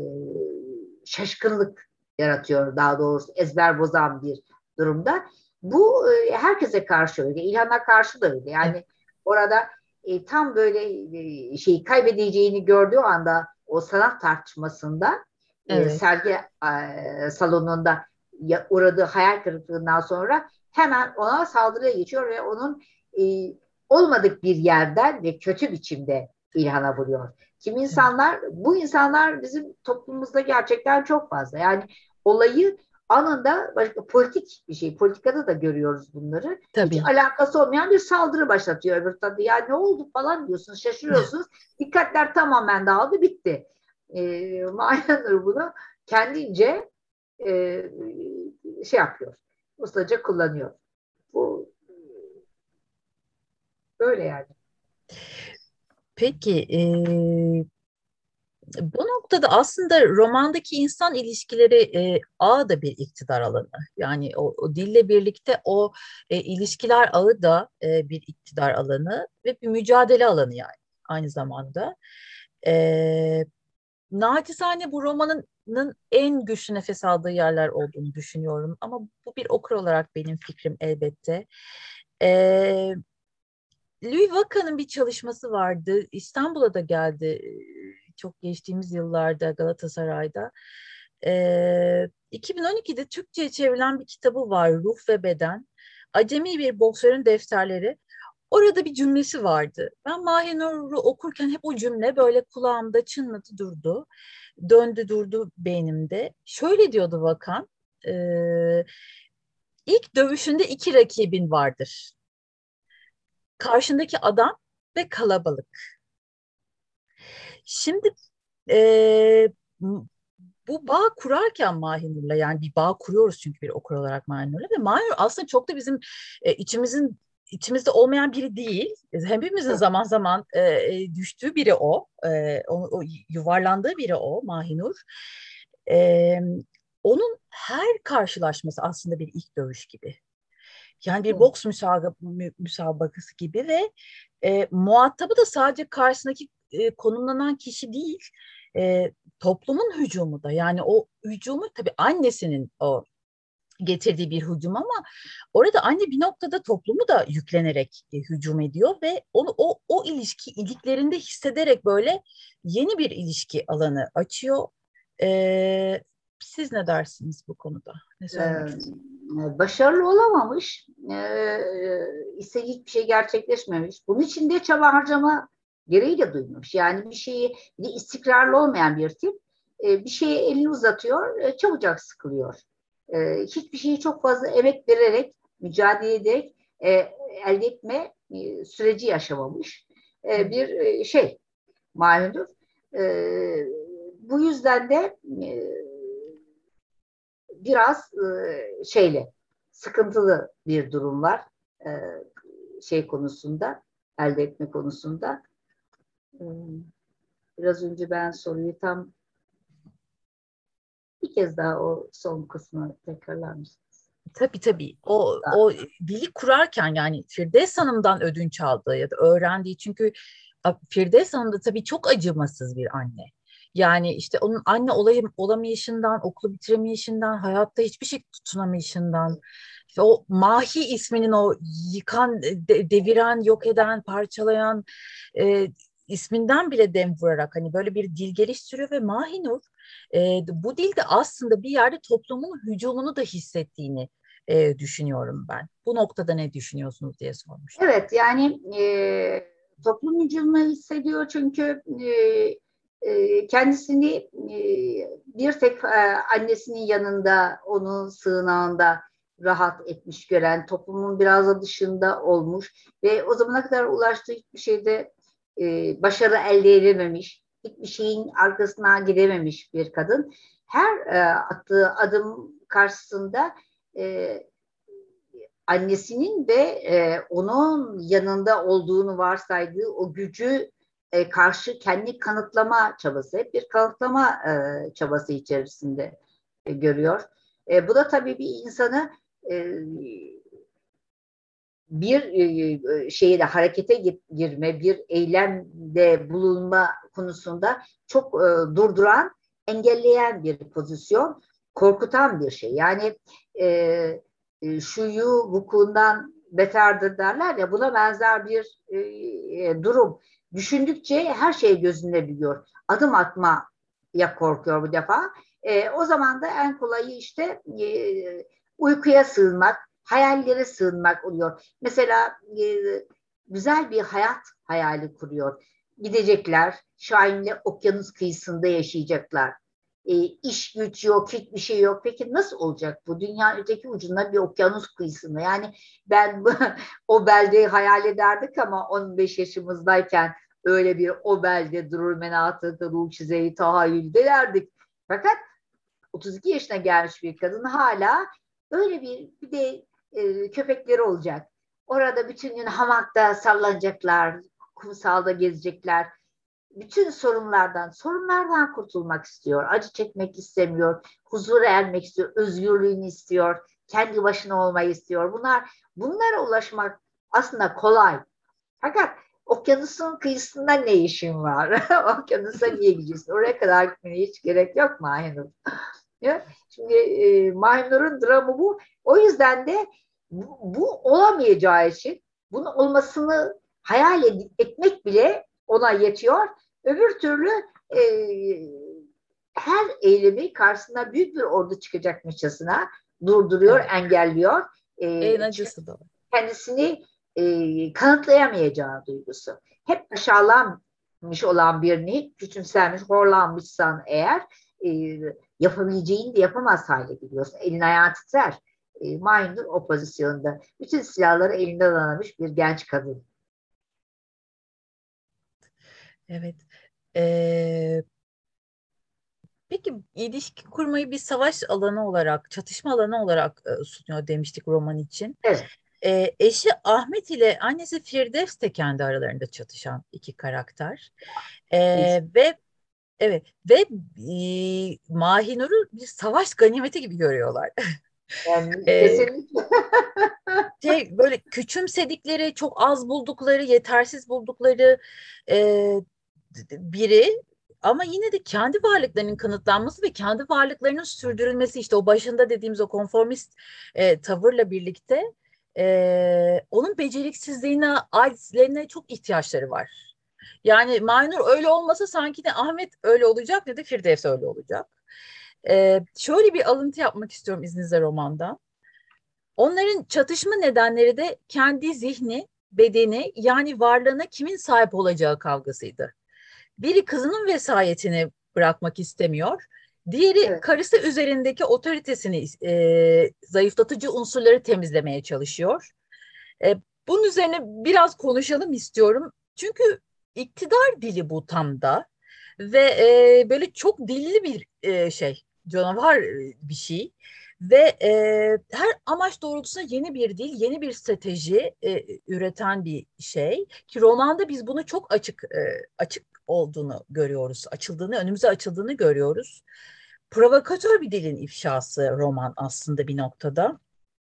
Şaşkınlık yaratıyor, daha doğrusu ezber bozan bir durumda. Bu e, herkese karşı öyle. İlhan'a karşı da öyle. evet, Yani orada e, tam böyle e, şeyi kaybedeceğini gördüğü anda o sanat tartışmasında e, evet. sergi e, salonunda ya, uğradığı hayal kırıklığından sonra hemen ona saldırıya geçiyor ve onun e, olmadık bir yerden ve kötü biçimde İlhan'a vuruyor. Kim Evet. insanlar, bu insanlar bizim toplumumuzda gerçekten çok fazla. Yani olayı anında başka politik bir şey, politikada da görüyoruz bunları. Hiç Tabii. alakası olmayan bir saldırı başlatıyor öbür tadı. Ya ne oldu falan diyorsunuz, şaşırıyorsunuz. Dikkatler tamamen dağıldı, bitti. E, Mayanur bunu kendince e, şey yapıyor. Ustaca kullanıyor. Bu Böyle yani. Peki, e, bu noktada aslında romandaki insan ilişkileri e, ağı da bir iktidar alanı. Yani o, o dille birlikte o e, ilişkiler ağı da e, bir iktidar alanı ve bir mücadele alanı yani aynı zamanda. E, Naçizane bu romanın en güçlü nefes aldığı yerler olduğunu düşünüyorum. Ama bu bir okur olarak benim fikrim elbette. E, Louis Vaca'nın bir çalışması vardı. İstanbul'a da geldi e, çok geçtiğimiz yıllarda Galatasaray'da. E, iki bin on ikide Türkçe'ye çevrilen bir kitabı var, Ruh ve Beden. Acemi bir boksörün defterleri. Orada bir cümlesi vardı. Ben Mahinur'u okurken hep o cümle böyle kulağımda çınladı durdu. Döndü durdu beynimde. Şöyle diyordu Vakan. E, ilk dövüşünde iki rakibin vardır. Karşındaki adam ve kalabalık. Şimdi e, bu bağ kurarken Mahinur'la, yani bir bağ kuruyoruz çünkü bir okur olarak Mahinur'la, ve Mahinur aslında çok da bizim e, içimizin içimizde olmayan biri değil. Hepimizin zaman zaman e, e, düştüğü biri o. E, o, o yuvarlandığı biri o Mahinur. E, Onun her karşılaşması aslında bir ilk dövüş gibi. Yani bir boks müsabaka, müsabakası gibi ve e, muhatabı da sadece karşısındaki e, konumlanan kişi değil, e, toplumun hücumu da. Yani o hücumu tabii annesinin o getirdiği bir hücum, ama orada anne bir noktada toplumu da yüklenerek e, hücum ediyor ve onu o o ilişki iliklerinde hissederek böyle yeni bir ilişki alanı açıyor. E, Siz ne dersiniz bu konuda? Ne söylemek istiyorsunuz? Ee, başarılı olamamış, ee, istediği bir şey gerçekleşmemiş. Bunun için de çaba harcama gereği de duymuş. Yani bir şeyi, bir de istikrarlı olmayan bir tip ee, bir şeye elini uzatıyor, e, çabucak sıkılıyor. Ee, hiçbir şeyi çok fazla emek vererek, mücadele ederek e, elde etme e, süreci yaşamamış e, bir e, şey maludur. E, Bu yüzden de e, biraz e, şeyle sıkıntılı bir durum var e, şey konusunda, elde etme konusunda. E, Biraz önce ben soruyu tam bir kez daha o son kısmı tekrarlar mısınız? Tabii tabii. O, o dili kurarken, yani Firdevs Hanım'dan ödünç aldığı ya da öğrendiği, çünkü Firdevs Hanım da tabii çok acımasız bir anne. Yani işte onun anne olayım, olamayışından, okulu bitiremeyişinden, hayatta hiçbir şey tutunamayışından, işte o Mahi isminin o yıkan, de- deviren, yok eden, parçalayan e, isminden bile dem vurarak hani böyle bir dil geliştiriyor ve Mahinur e, bu dilde aslında bir yerde toplumun hücumunu da hissettiğini e, düşünüyorum ben. Bu noktada ne düşünüyorsunuz diye sormuştum. Evet, yani e, toplum hücumunu hissediyor çünkü e, e, kendisini e, bir tek e, annesinin yanında, onun sığınağında rahat etmiş gören, toplumun biraz da dışında olmuş ve o zamana kadar ulaştığı hiçbir şeyde e, başarı elde edememiş, hiçbir şeyin arkasına gidememiş bir kadın. Her e, attığı adım karşısında e, annesinin de e, onun yanında olduğunu varsaydığı o gücü e, karşı kendi kanıtlama çabası, hep bir kanıtlama e, çabası içerisinde e, görüyor. E, bu da tabii bir insanı e, bir e, şeye de harekete girme, bir eylemde bulunma konusunda çok e, durduran, engelleyen bir pozisyon, korkutan bir şey. Yani e, e, şuyu vukuundan beterdir derler ya, buna benzer bir e, e, durum. Düşündükçe her şey gözünde biliyor. Adım atmaya korkuyor bu defa. E, o zaman da en kolayı işte e, uykuya sığınmak, hayallere sığınmak oluyor. Mesela e, güzel bir hayat hayali kuruyor. Gidecekler, Şahin'le okyanus kıyısında yaşayacaklar. E, iş güç yok, hiçbir şey yok. Peki nasıl olacak bu? Dünyanın öteki ucunda bir okyanus kıyısında. Yani ben o beldeyi hayal ederdik ama on beş yaşımızdayken öyle bir o belde durur menatı ruh çizeyi tahayyülde derdik. Fakat otuz iki yaşına gelmiş bir kadın hala öyle bir bir de e, köpekleri olacak. Orada bütün gün hamakta sallanacaklar, kumsalda gezecekler. Bütün sorunlardan, sorunlardan kurtulmak istiyor. Acı çekmek istemiyor, huzura ermek istiyor, özgürlüğünü istiyor, kendi başına olmayı istiyor. Bunlar, bunlara ulaşmak aslında kolay. Fakat okyanusun kıyısında ne işin var? Okyanusa niye gidiyorsun? Oraya kadar gitmene hiç gerek yok mu Aynur? Ya, şimdi e, Mahinur'un dramı bu. O yüzden de bu, bu olamayacağı için bunun olmasını hayal ed- etmek bile ona yetiyor. Öbür türlü e, her eylemi karşısına büyük bir ordu çıkacakmışçasına durduruyor, Evet. engelliyor. En E, çünkü acısı da o. kendisini e, kanıtlayamayacağı duygusu. Hep aşağılanmış olan birini, küçümsenmiş, horlanmışsan eğer e, yapabileceğini de yapamaz hale geliyorsun. Elin ayağın titrer. E, Mahinur o pozisyonda. Bütün silahları elinden almış bir genç kadın. Evet. Ee, peki ilişki kurmayı bir savaş alanı olarak, çatışma alanı olarak e, sunuyor demiştik roman için. Evet. Ee, eşi Ahmet ile annesi Firdevs de kendi aralarında çatışan iki karakter. Ee, ve evet ve e, Mahinur'u bir savaş ganimeti gibi görüyorlar. Yani Ee, kesinlikle. şey böyle küçümsedikleri, çok az buldukları, yetersiz buldukları e, biri ama yine de kendi varlıklarının kanıtlanması ve kendi varlıklarının sürdürülmesi işte o başında dediğimiz o konformist e, tavırla birlikte e, onun beceriksizliğine, acizlerine çok ihtiyaçları var. Yani Maynur öyle olmasa sanki de Ahmet öyle olacak ne de Firdevs öyle olacak. E, şöyle bir alıntı yapmak istiyorum izninizle romandan. Onların çatışma nedenleri de kendi zihni, bedeni yani varlığına kimin sahip olacağı kavgasıydı. Biri kızının vesayetini bırakmak istemiyor. Diğeri Evet. karısı üzerindeki otoritesini e, zayıflatıcı unsurları temizlemeye çalışıyor. E, bunun üzerine biraz konuşalım istiyorum. Çünkü iktidar dili bu tam da ve e, böyle çok dilli bir e, şey, canavar e, bir şey. Ve e, her amaç doğrultusunda yeni bir dil, yeni bir strateji e, üreten bir şey. Ki romanda biz bunu çok açık e, açık olduğunu görüyoruz, açıldığını, önümüze açıldığını görüyoruz. Provokatör bir dilin ifşası roman aslında bir noktada.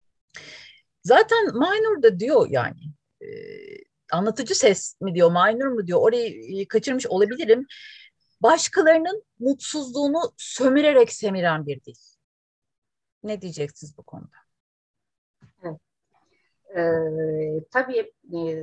Zaten Minor da diyor yani e, anlatıcı ses mi diyor, minor mu diyor orayı e, kaçırmış olabilirim. Başkalarının mutsuzluğunu sömürerek semiren bir dil. Ne diyeceksiniz bu konuda? Evet. Ee, tabii e,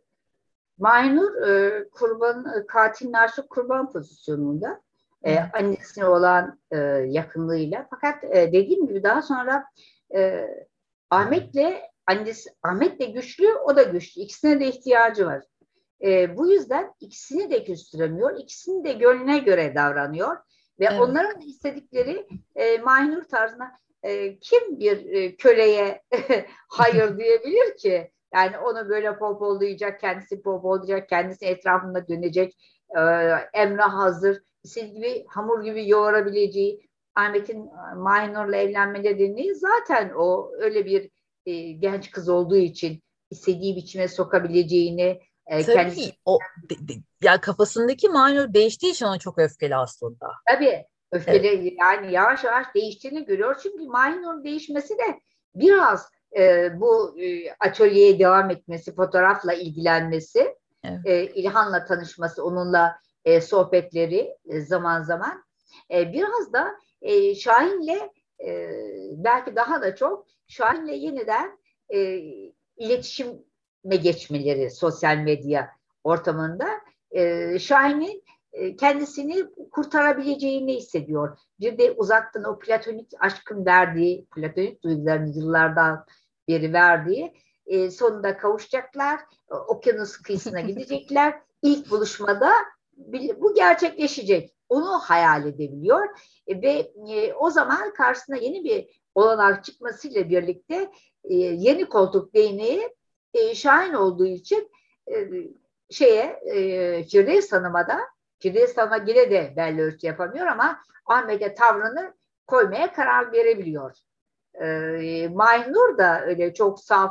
Maynur e, kurban, e, katilin aşık kurban pozisyonunda e, Evet, annesine olan e, yakınlığıyla. Fakat e, dediğim gibi daha sonra e, Ahmet'le annesi Ahmet'le güçlü, o da güçlü. İkisine de ihtiyacı var. E, bu yüzden ikisini de küstüremiyor. İkisini de gönlüne göre davranıyor. Ve evet. onların istedikleri e, Maynur tarzına e, kim bir e, köleye hayır diyebilir ki? Yani onu böyle pohpohlayacak, kendisi pohpohlayacak, kendisi etrafında dönecek, e, emre hazır, sil gibi, hamur gibi yoğurabileceği. Ahmet'in e, Maynur'la evlenme nedeni zaten o öyle bir e, genç kız olduğu için istediği biçime sokabileceğini, e, kendisi Tabii o de- de- ya kafasındaki minor değiştiği için ona çok öfkeli aslında. tabii Evet, öfkeli yani yavaş yavaş değiştiğini görüyor. Çünkü Mahinur'un değişmesi de biraz e, bu e, atölyeye devam etmesi, fotoğrafla ilgilenmesi, evet, e, İlhan'la tanışması, onunla e, sohbetleri e, zaman zaman. E, biraz da e, Şahin'le e, belki daha da çok Şahin'le yeniden e, iletişime geçmeleri sosyal medya ortamında. E, Şahin'in e, kendisini kurtarabileceğini hissediyor. Bir de uzaktan o platonik aşkın verdiği, platonik duyguların yıllardan beri verdiği, e, sonunda kavuşacaklar, e, okyanus kıyısına gidecekler. İlk buluşmada bu gerçekleşecek. Onu hayal edebiliyor e, ve e, o zaman karşısına yeni bir olanak çıkmasıyla birlikte e, yeni koltuk değneği e, Şahin olduğu için e, şeye e, Firdevs Hanım'a da Firdevs Hanım'a gire de belli ölçü yapamıyor ama Ahmet'e tavrını koymaya karar verebiliyor. E, Mahinur da öyle çok saf,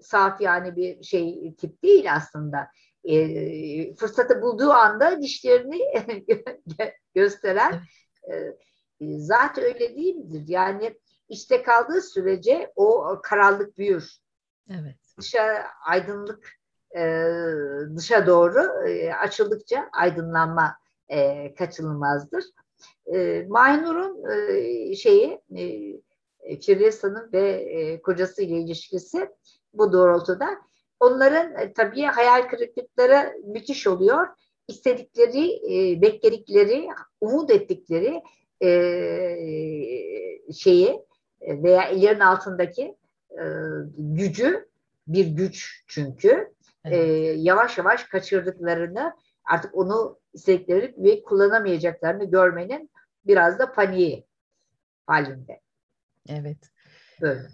saf yani bir şey tip değil aslında. E, fırsatı bulduğu anda dişlerini gösteren Evet. e, zaten öyle değil midir? Yani işte kaldığı sürece o karanlık büyür. Evet. Dışa aydınlık e, dışa doğru e, açıldıkça aydınlanma e, kaçınılmazdır. E, Maynur'un e, şeyi e, Firdevsa'nın ve e, kocasıyla ilişkisi bu doğrultuda. Onların e, tabii hayal kırıklıkları müthiş oluyor. İstedikleri, e, bekledikleri, umut ettikleri e, şeyi e, veya ellerin altındaki e, gücü, bir güç çünkü e, Evet. yavaş yavaş kaçırdıklarını, artık onu istedikleri ve kullanamayacaklarını görmenin biraz da paniği halinde. Evet. Böyle.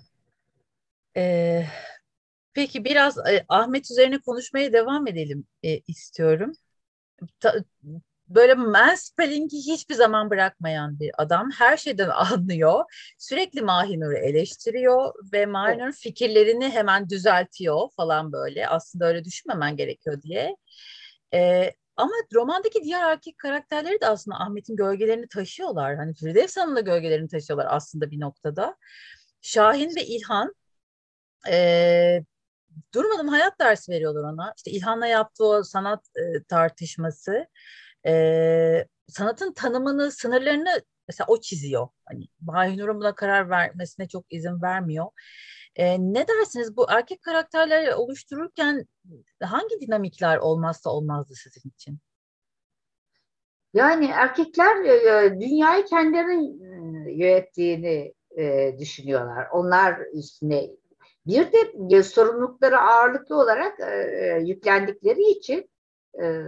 Ee, peki biraz e, Ahmet üzerine konuşmaya devam edelim e, istiyorum. Ta- Böyle mansplaining'i hiçbir zaman bırakmayan bir adam. Her şeyden anlıyor. Sürekli Mahinur'u eleştiriyor ve Evet. Mahinur'un fikirlerini hemen düzeltiyor falan böyle. Aslında öyle düşünmemen gerekiyor diye. Ee, ama romandaki diğer erkek karakterleri de aslında Ahmet'in gölgelerini taşıyorlar. Hani Firdevs Hanım'ın da gölgelerini taşıyorlar aslında bir noktada. Şahin ve İlhan e, durmadan hayat dersi veriyorlar ona. İşte İlhan'la yaptığı o sanat e, tartışması, e, sanatın tanımını, sınırlarını mesela o çiziyor. Hani Mahinur'un buna karar vermesine çok izin vermiyor. E, ne dersiniz, bu erkek karakterleri oluştururken hangi dinamikler olmazsa olmazdı sizin için? Yani erkekler e, dünyayı kendilerinin e, yönettiğini e, düşünüyorlar. Onlar üstüne bir de e, sorumlulukları ağırlıklı olarak e, e, yüklendikleri için e,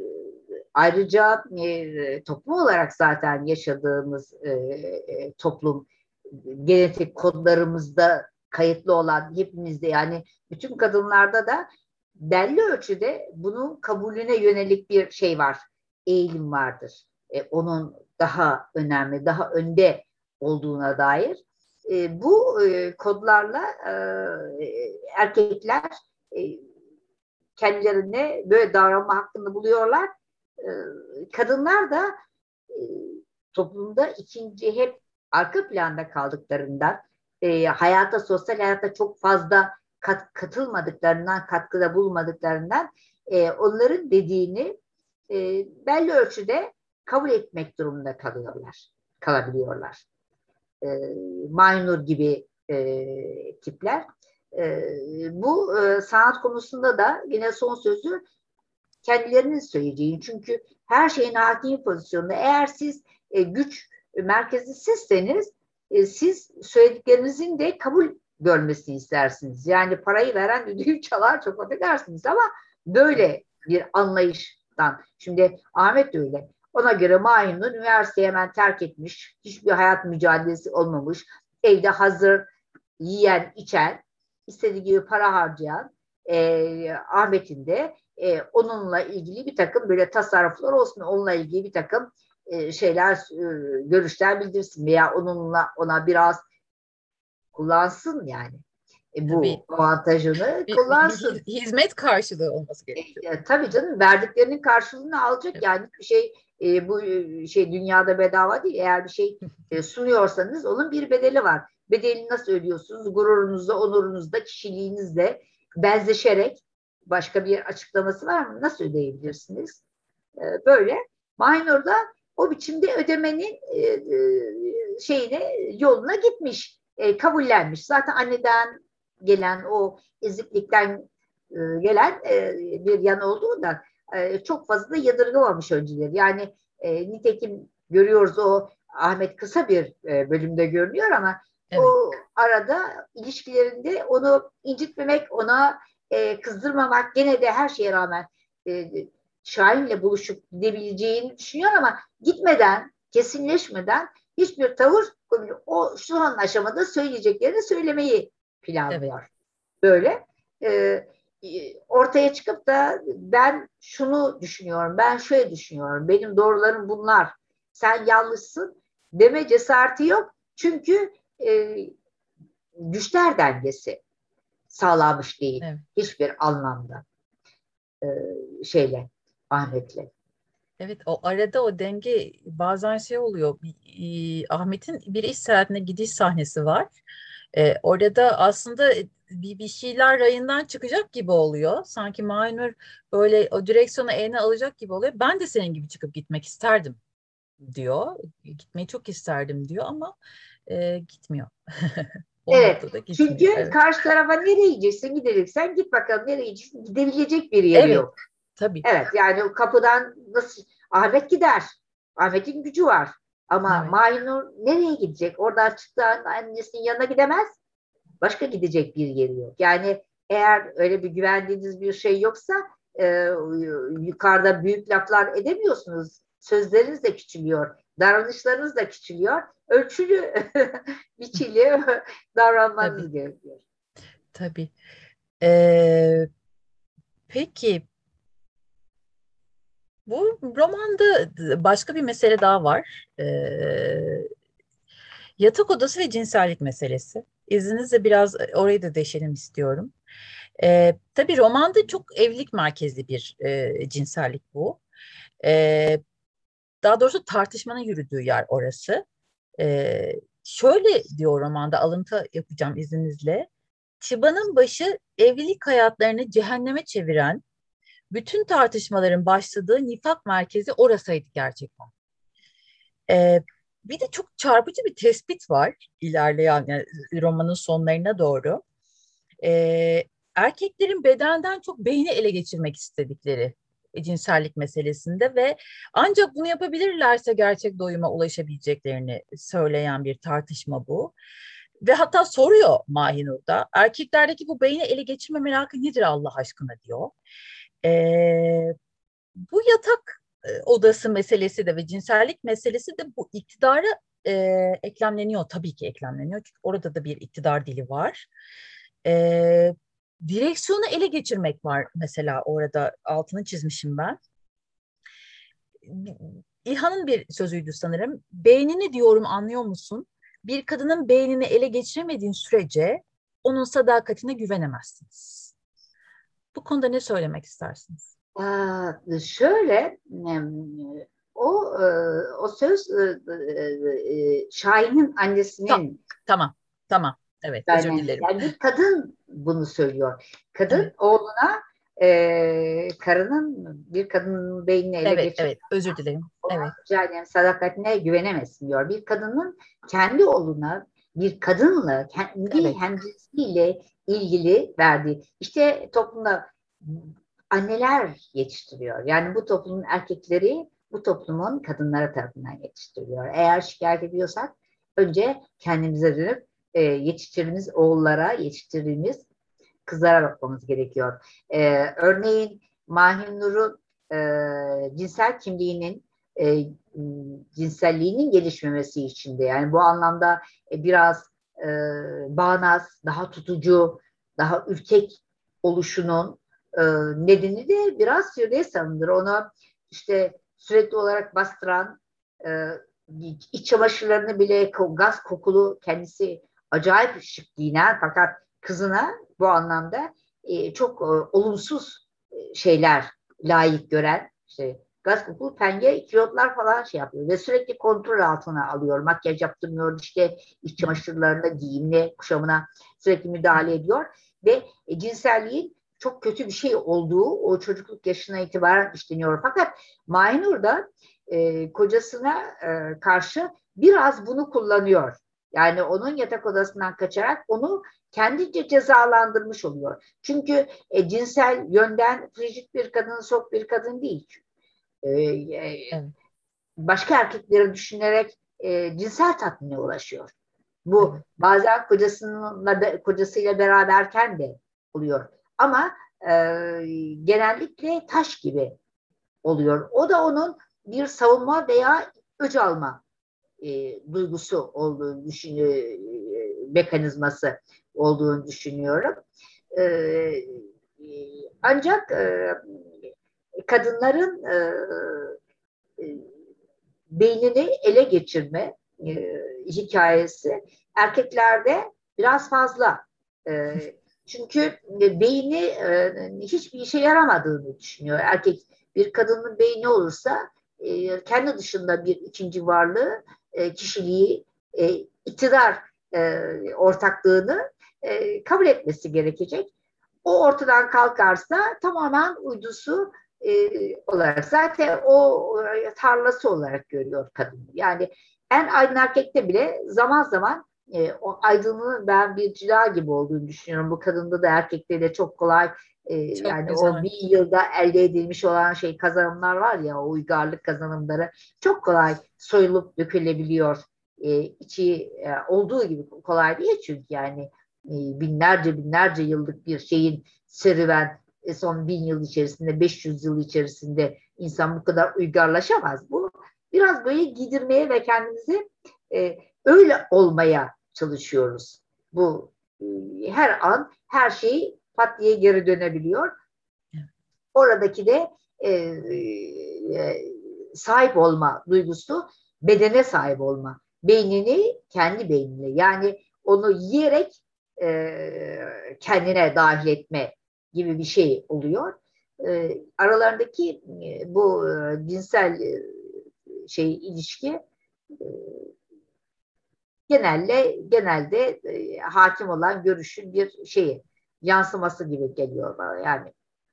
ayrıca e, toplum olarak zaten yaşadığımız e, e, toplum genetik kodlarımızda kayıtlı olan, hepimizde yani bütün kadınlarda da belli ölçüde bunun kabulüne yönelik bir şey var, eğilim vardır. E, onun daha önemli, daha önde olduğuna dair. E, bu e, kodlarla e, erkekler e, kendilerine böyle davranma hakkını buluyorlar. E, kadınlar da e, toplumda ikinci, hep arka planda kaldıklarından, e, hayata, sosyal hayata çok fazla kat, katılmadıklarından, katkıda bulmadıklarından e, onların dediğini e, belli ölçüde kabul etmek durumunda kalıyorlar, kalabiliyorlar. E, Maynur gibi e, tipler. E, bu e, sanat konusunda da yine son sözü kendilerinin söyleyeceği. Çünkü her şeyin hakimi pozisyonunda. Eğer siz e, güç merkezi sizseniz e, siz söylediklerinizin de kabul görmesini istersiniz. Yani parayı veren düdüğü çalar, çok affedersiniz ama böyle bir anlayıştan. Şimdi Ahmet de öyle. Ona göre Maymun'un üniversiteyi hemen terk etmiş. Hiçbir hayat mücadelesi olmamış. Evde hazır yiyen, içen, istediği gibi para harcayan e, Ahmet'in de e, onunla ilgili bir takım böyle tasarruflar olsun, onunla ilgili bir takım e, şeyler, e, görüşler bildirsin veya onunla ona biraz kullansın yani. E, Tabii bu avantajını bir, bir, bir kullansın. hizmet karşılığı olması E, gerekiyor. e, tabii canım, verdiklerinin karşılığını alacak Evet. yani bir şey, e, bu e, şey dünyada bedava değil. Eğer bir şey e, sunuyorsanız onun bir bedeli var. Bedelini nasıl ödüyorsunuz? Gururunuzla, onurunuzla, kişiliğinizle benzeşerek, başka bir açıklaması var mı? Nasıl ödeyebilirsiniz? E, böyle. Minor'da o biçimde ödemenin e, e, şeyine, yoluna gitmiş, e, kabullenmiş. Zaten anneden gelen o eziklikten e, gelen e, bir yan olduğundan e, çok fazla da yadırgamamış önceleri. Yani e, nitekim görüyoruz, o Ahmet kısa bir e, bölümde görünüyor ama Evet. o arada ilişkilerinde onu incitmemek, ona e, kızdırmamak, gene de her şeye rağmen e, Şahin'le buluşup gidebileceğini düşünüyor ama gitmeden, kesinleşmeden hiçbir tavır, o şu an aşamada söyleyeceklerini söylemeyi Evet. planlıyor. Böyle. E, Ortaya çıkıp da ben şunu düşünüyorum, ben şöyle düşünüyorum, benim doğrularım bunlar, sen yanlışsın deme cesareti yok. Çünkü e, güçler dengesi. sağlanmış değil. Evet. Hiçbir anlamda e, şeyle, Ahmet'le. Evet, o arada o denge bazen şey oluyor. Bir- e, Ahmet'in bir iş seyahatine gidiş sahnesi var. E, orada aslında bir, bir şeyler rayından çıkacak gibi oluyor. Sanki Maynur böyle o direksiyonu eline alacak gibi oluyor. Ben de senin gibi çıkıp gitmek isterdim diyor. Gitmeyi çok isterdim diyor ama e, gitmiyor. O Evet. noktada gitmiyor. Çünkü Evet. karşı tarafa nereye gideceksin? Gidebilirsen git bakalım nereye gideceksin? Gidebilecek bir yeri Evet, yok. tabii. Evet, yani o kapıdan nasıl Ahmet gider. Ahmet'in gücü var. Ama Evet. Mahinur nereye gidecek? Oradan çıktığı an annesinin yanına gidemez. Başka gidecek bir yeri yok. Yani eğer öyle bir güvendiğiniz bir şey yoksa e, yukarıda büyük laflar edemiyorsunuz. Sözleriniz de küçülüyor. Davranışlarınız da küçülüyor. Ölçülü, biçili Tabii. davranmanız gerekiyor. Tabii. E, peki bu romanda başka bir mesele daha var. E, yatak odası ve cinsellik meselesi. İzninizle biraz orayı da deşelim istiyorum. E, tabii romanda çok evlilik merkezli bir e, cinsellik bu. E, daha doğrusu tartışmanın yürüdüğü yer orası. E, şöyle diyor romanda, alıntı yapacağım izninizle. Çıbanın başı evlilik hayatlarını cehenneme çeviren, bütün tartışmaların başladığı nifak merkezi orasıydı gerçekten. E, bir de çok çarpıcı bir tespit var ilerleyen yani romanın sonlarına doğru. E, erkeklerin bedenden çok beyni ele geçirmek istedikleri e, cinsellik meselesinde ve ancak bunu yapabilirlerse gerçek doyuma ulaşabileceklerini söyleyen bir tartışma bu. Ve hatta soruyor Mahinur da erkeklerdeki bu beyni ele geçirme merakı nedir Allah aşkına diyor. E, bu yatak e, odası meselesi de ve cinsellik meselesi de bu iktidara e, eklemleniyor. Tabii ki eklemleniyor. Çünkü orada da bir iktidar dili var. E, direksiyonu ele geçirmek var mesela orada altını çizmişim ben. İlhan'ın bir sözüydü sanırım. Beynini diyorum anlıyor musun? Bir kadının beynini ele geçiremediğin sürece onun sadakatine güvenemezsiniz. Bu konuda ne söylemek istersiniz? Aa, şöyle o e, o söz e, e, e, Şahin'in Ta- annesinin tamam, tamam. Evet, özür yani, dilerim. yani bir kadın bunu söylüyor. Evet, Kadın oğluna e, karının bir kadının beynini ele evet, geçirip evet. Özür dilerim. Evet, yani sadakatine güvenemezsin diyor. Bir kadının kendi oğluna bir kadınla kendi evet, hemcinsiyle ilgili verdiği işte toplumda anneler yetiştiriyor. Yani bu toplumun erkekleri bu toplumun kadınları tarafından yetiştiriliyor. Eğer şikayet ediyorsak önce kendimize dönüp e, yetiştirdiğimiz oğullara, yetiştirdiğimiz kızlara bakmamız gerekiyor. E, örneğin Mahinur'un e, cinsel kimliğinin e, cinselliğinin gelişmemesi için de yani bu anlamda e, biraz e, bağnaz, daha tutucu, daha ürkek oluşunun e, nedeni de biraz Firdevs'indir. Onu işte sürekli olarak bastıran e, iç çamaşırlarını bile gaz kokulu kendisi acayip şık giyinen fakat kızına bu anlamda e, çok e, olumsuz e, şeyler layık gören işte gaz kokulu penge kilotlar falan şey yapıyor ve sürekli kontrol altına alıyor. Makyaj yaptırmıyor işte iç çamaşırlarına, giyimine, kuşamına sürekli müdahale ediyor ve e, cinselliğin çok kötü bir şey olduğu o çocukluk yaşına itibaren işleniyor. Fakat Mahinur da e, kocasına e, karşı biraz bunu kullanıyor. Yani onun yatak odasından kaçarak onu kendince cezalandırmış oluyor. Çünkü e, cinsel yönden frigid bir kadın, sok bir kadın değil. E, e, evet, başka erkekleri düşünerek e, cinsel tatmine ulaşıyor. Bu evet. bazen kocasıyla, kocasıyla beraberken de oluyor. Ama e, genellikle taş gibi oluyor. O da onun bir savunma veya öc alma e, duygusu olduğunu düşünüyor, e, mekanizması olduğunu düşünüyorum. E, e, ancak e, kadınların e, e, beynini ele geçirme e, hikayesi erkeklerde biraz fazla. E, Çünkü e, beyni e, hiçbir işe yaramadığını düşünüyor. Erkek bir kadının beyni olursa e, kendi dışında bir ikinci varlığı, e, kişiliği, e, iktidar e, ortaklığını e, kabul etmesi gerekecek. O ortadan kalkarsa tamamen uydusu e, olarak zaten o e, tarlası olarak görüyor kadın. Yani en aydın erkekte bile zaman zaman e, o aydınlığın ben bir cila gibi olduğunu düşünüyorum. Bu kadında da erkekte de çok kolay e, Çok yani o güzel. bir yılda elde edilmiş olan şey kazanımlar var ya, o uygarlık kazanımları çok kolay soyulup dökülebiliyor. E, içi e, olduğu gibi kolay değil çünkü yani e, binlerce binlerce yıllık bir şeyin serüven e, son bin yıl içerisinde, beş yüz yıl içerisinde insan bu kadar uygarlaşamaz. Bu biraz böyle giydirmeye ve kendimizi e, öyle olmaya çalışıyoruz. Bu e, her an her şey pat diye geri dönebiliyor. Oradaki de e, e, sahip olma duygusu, bedene sahip olma. Beynini kendi beynine, yani onu yiyerek e, kendine dahil etme gibi bir şey oluyor. E, aralarındaki e, bu e, cinsel e, şey ilişki e, genelde genelde e, hakim olan görüşün bir şeyi yansıması gibi geliyor bana yani.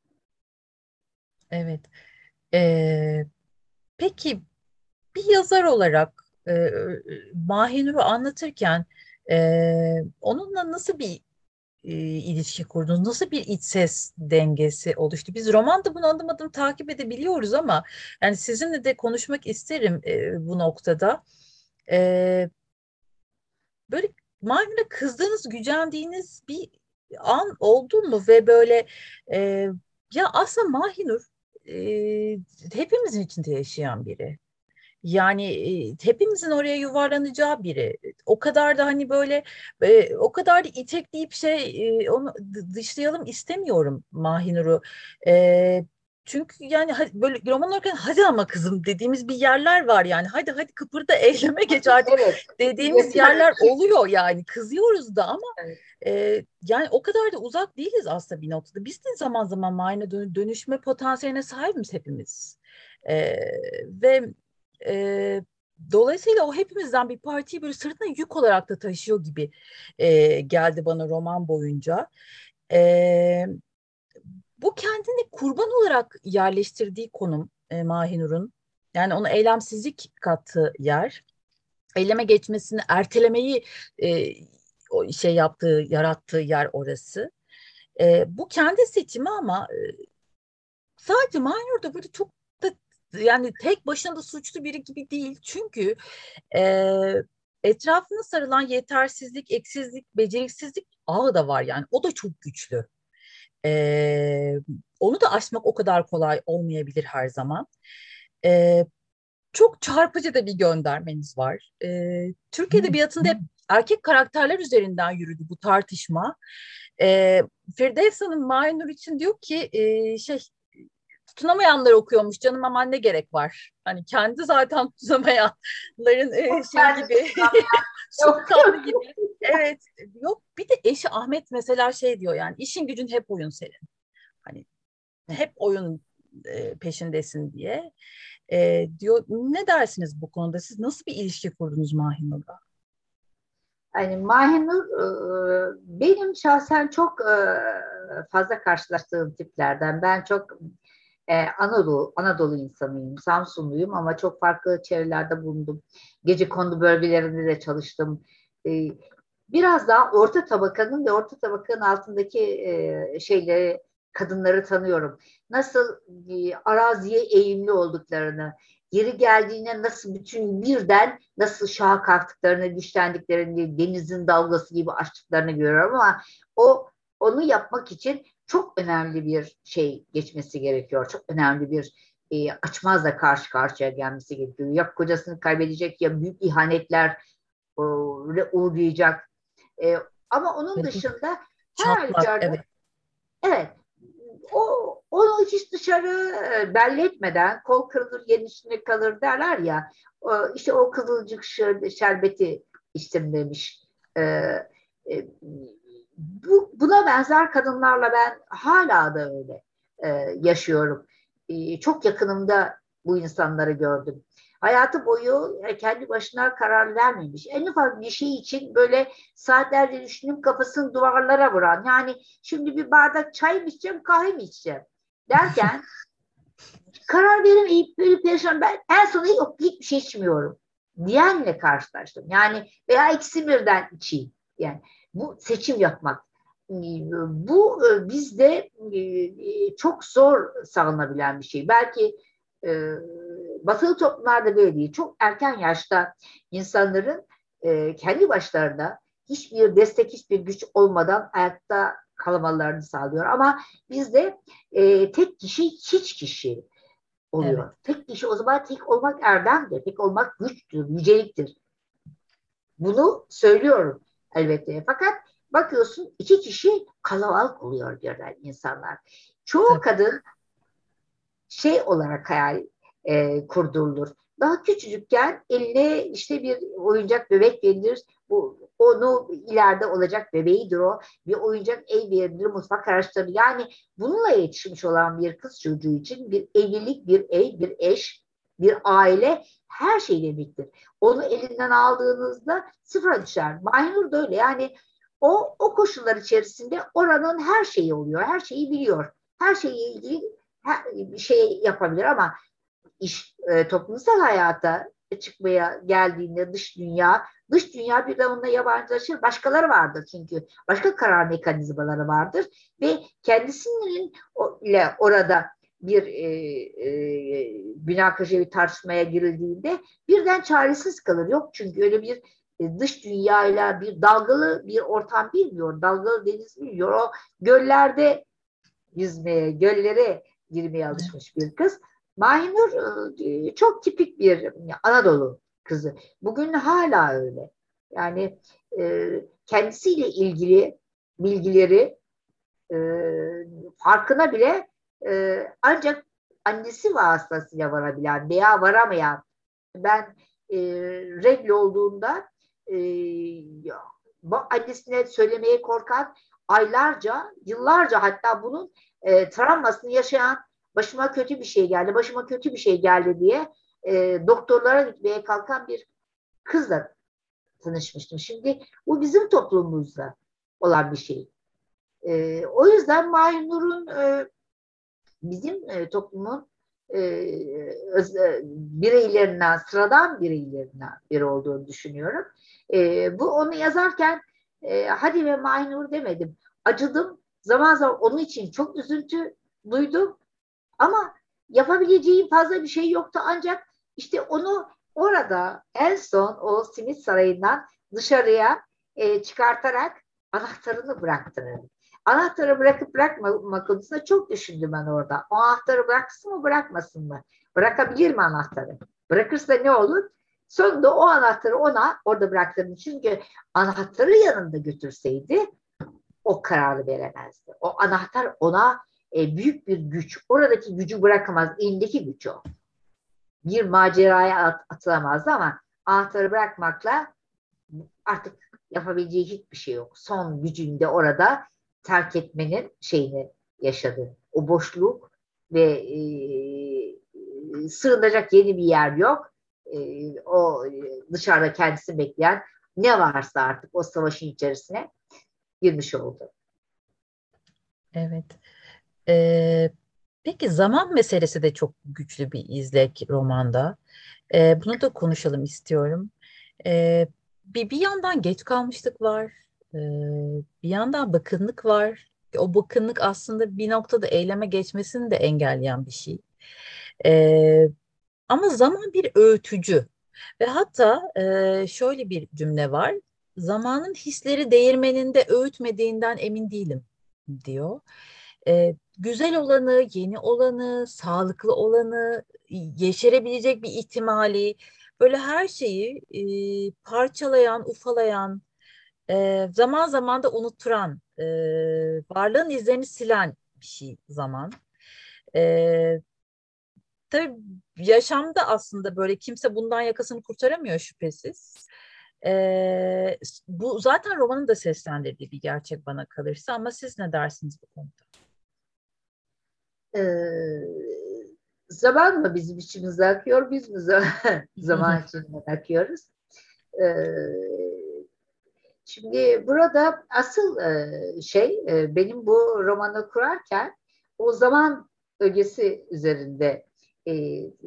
Evet. Ee, peki bir yazar olarak e, Mahinur'u anlatırken e, onunla nasıl bir e, ilişki kurdunuz? Nasıl bir iç ses dengesi oluştu? Biz romanda bunu adım adım takip edebiliyoruz ama yani sizinle de konuşmak isterim e, bu noktada. E, Böyle Mahinur'a kızdığınız, gücendiğiniz bir an oldu mu ve böyle e, ya aslında Mahinur e, hepimizin içinde yaşayan biri. Yani e, hepimizin oraya yuvarlanacağı biri. O kadar da hani böyle e, o kadar da itekleyip şey e, onu d- dışlayalım istemiyorum Mahinur'u. E, çünkü yani ha- böyle roman okurken hadi ama kızım dediğimiz bir yerler var yani. Hadi hadi kıpırda eyleme geç artık Evet, dediğimiz yeter. yerler oluyor yani. Kızıyoruz da ama Evet. e, yani o kadar da uzak değiliz aslında bir noktada. Biz de zaman zaman Mahinur'a dön- dönüşme potansiyeline sahibiz hepimiz. E, ve e, dolayısıyla o hepimizden bir partiyi böyle sırtına yük olarak da taşıyor gibi e, geldi bana roman boyunca. E, Bu kendini kurban olarak yerleştirdiği konum e, Mahinur'un. Yani onu eylemsizlik kattığı yer. Eyleme geçmesini, ertelemeyi e, o şey yaptığı, yarattığı yer orası. E, bu kendi seçimi ama e, sadece Mahinur da böyle çok da yani tek başına da suçlu biri gibi değil. Çünkü e, etrafına sarılan yetersizlik, eksizlik, beceriksizlik ağı da var yani. O da çok güçlü. E, Onu da aşmak o kadar kolay olmayabilir her zaman. E, Çok çarpıcı da bir göndermeniz var. E, Türk Edebiyatı'nda hep erkek karakterler üzerinden yürüdü bu tartışma. E, Firdevs Hanım Mahinur için diyor ki e, şey tutunamayanlar okuyormuş canım aman ne gerek var. Hani kendi zaten tutunamayanların e, şey Kendi gibi yok. sultanı gibi. Evet yok bir de eşi Ahmet mesela şey diyor yani işin gücün hep oyun senin. Hani hep oyun e, peşindesin diye. E, diyor ne dersiniz bu konuda? Siz nasıl bir ilişki kurdunuz Mahinur'la? Yani Mahinur e, benim şahsen çok e, fazla karşılaştığım tiplerden. Ben çok e, Anadolu Anadolu insanıyım, Samsunluyum ama çok farklı çevrelerde bulundum. Gecekondu bölgelerinde de çalıştım. E, Biraz daha orta tabakanın ve orta tabakanın altındaki e, şeyleri, kadınları tanıyorum. Nasıl e, araziye eğimli olduklarını, yeri geldiğine nasıl bütün birden nasıl şaha kalktıklarını, güçlendiklerini, denizin dalgası gibi açtıklarını görüyorum ama o onu yapmak için çok önemli bir şey geçmesi gerekiyor. Çok önemli bir e, açmazla karşı karşıya gelmesi gerekiyor. Ya kocasını kaybedecek ya büyük ihanetler e, uğrayacak. E, Ama onun Böyle bir dışında her çatlak halükarda evet. evet, o onu hiç dışarı e, belli etmeden kol kırılır yerin içinde kalır derler ya, o, işte o kızılcık şer- şerbeti içtim demiş. E, e, bu, buna benzer kadınlarla ben hala da öyle e, yaşıyorum. E, çok yakınımda bu insanları gördüm. Hayatı boyu e, kendi başına karar vermemiş. En ufak bir şey için böyle saatlerce düşünüp kafasını duvarlara vuran. Yani şimdi bir bardak çay mı içeceğim, kahve mi içeceğim derken karar veremeyip böyle perişan, ben en sonunda yok hiçbir şey içmiyorum diyenle karşılaştım. Yani veya ikisi birden içeyim. Yani bu seçim yapmak. Bu e, bizde e, çok zor sağlanabilen bir şey. Belki e, batılı toplumlarda böyle değil. Çok erken yaşta insanların e, kendi başlarına hiçbir destek, hiçbir güç olmadan ayakta kalmalarını sağlıyor. Ama bizde e, tek kişi hiç kişi Evet, oluyor. Tek kişi o zaman tek olmak erdemdir. Tek olmak güçtür, yüceliktir. Bunu söylüyorum elbette. Fakat bakıyorsun iki kişi kalabalık oluyor birden insanlar. Çoğu tabii. kadın şey olarak hayal e, kurdurulur. Daha küçücükken eline işte bir oyuncak bebek verilir. Bu onu ileride olacak bebeğidir o. Bir oyuncak ev verilir, mutfak araçları. Yani bununla yetişmiş olan bir kız çocuğu için bir evlilik, bir ev, bir eş, bir aile her şey demektir. Onu elinden aldığınızda sıfıra düşer. Maynur da öyle. Yani o, o koşullar içerisinde oranın her şeyi oluyor. Her şeyi biliyor. Her şeyle ilgili her, bir şey yapabilir ama iş e, toplumsal hayata çıkmaya geldiğinde dış dünya dış dünya bir de onunla yabancılaşır. Başkaları vardır çünkü. Başka karar mekanizmaları vardır ve kendisinin ile orada bir e, e, münakaşa bir tartışmaya girildiğinde birden çaresiz kalır. Yok çünkü öyle bir e, dış dünyayla bir dalgalı bir ortam bilmiyor. Dalgalı deniz bilmiyor. O göllerde yüzmeye, göllere girmeye alışmış bir kız. Mahinur e, çok tipik bir Anadolu kızı. Bugün hala öyle. Yani e, kendisiyle ilgili bilgileri e, farkına bile e, ancak annesi vasıtasıyla varabilen veya varamayan. Ben e, regl olduğunda e, annesine söylemeye korkan, aylarca, yıllarca hatta bunun e, travmasını yaşayan, başıma kötü bir şey geldi, başıma kötü bir şey geldi diye e, doktorlara gitmeye kalkan bir kızla tanışmıştım. Şimdi bu bizim toplumumuzda olan bir şey. E, o yüzden Mahinur'un e, bizim e, toplumun e, öz, e, bireylerinden, sıradan bireylerinden biri olduğunu düşünüyorum. E, bu onu yazarken e, hadi ve Mahinur demedim. Acıdım. Zaman zaman onun için çok üzüntü duydum. Ama yapabileceğim fazla bir şey yoktu. Ancak işte onu orada en son o simit sarayından dışarıya e, çıkartarak anahtarını bıraktırırım. Anahtarı bırakıp bırakmama konusunda çok düşündüm ben orada. O anahtarı bıraksın mı bırakmasın mı? Bırakabilir mi anahtarı? Bırakırsa ne olur? Sonunda o anahtarı ona orada bıraktırdım. Çünkü anahtarı yanında götürseydi o kararı veremezdi. O anahtar ona e, büyük bir güç. Oradaki gücü bırakamaz. Elindeki güç o. Bir maceraya at, atılamazdı ama anahtarı bırakmakla artık yapabileceği hiçbir şey yok. Son gücünde orada terk etmenin şeyini yaşadı. O boşluk ve e, sığınacak yeni bir yer yok. E, o dışarıda kendisini bekleyen ne varsa artık o savaşın içerisine girmiş oldu. Evet. Ee, peki zaman meselesi de çok güçlü bir izlek romanda. Ee, bunu da konuşalım istiyorum. Ee, bir, bir yandan geç kalmışlık var. Ee, bir yandan bakımlık var. O bakımlık aslında bir noktada eyleme geçmesini de engelleyen bir şey. Ee, ama zaman bir öğütücü. Ve hatta e, şöyle bir cümle var. Zamanın hisleri değirmeninde öğütmediğinden emin değilim diyor. E, güzel olanı, yeni olanı, sağlıklı olanı, yeşerebilecek bir ihtimali, böyle her şeyi e, parçalayan, ufalayan, e, zaman zaman da unutturan, e, varlığın izlerini silen bir şey zaman. E, tabii yaşamda aslında böyle kimse bundan yakasını kurtaramıyor şüphesiz. E, Bu zaten romanın da seslendirdiği bir gerçek bana kalırsa, ama siz ne dersiniz bu konuda? Ee, Zaman mı bizim içimizde akıyor, biz mi zaman, zaman içinde akıyoruz? Ee, Şimdi burada asıl e, şey e, benim bu romanı kurarken o zaman ögesi üzerinde e,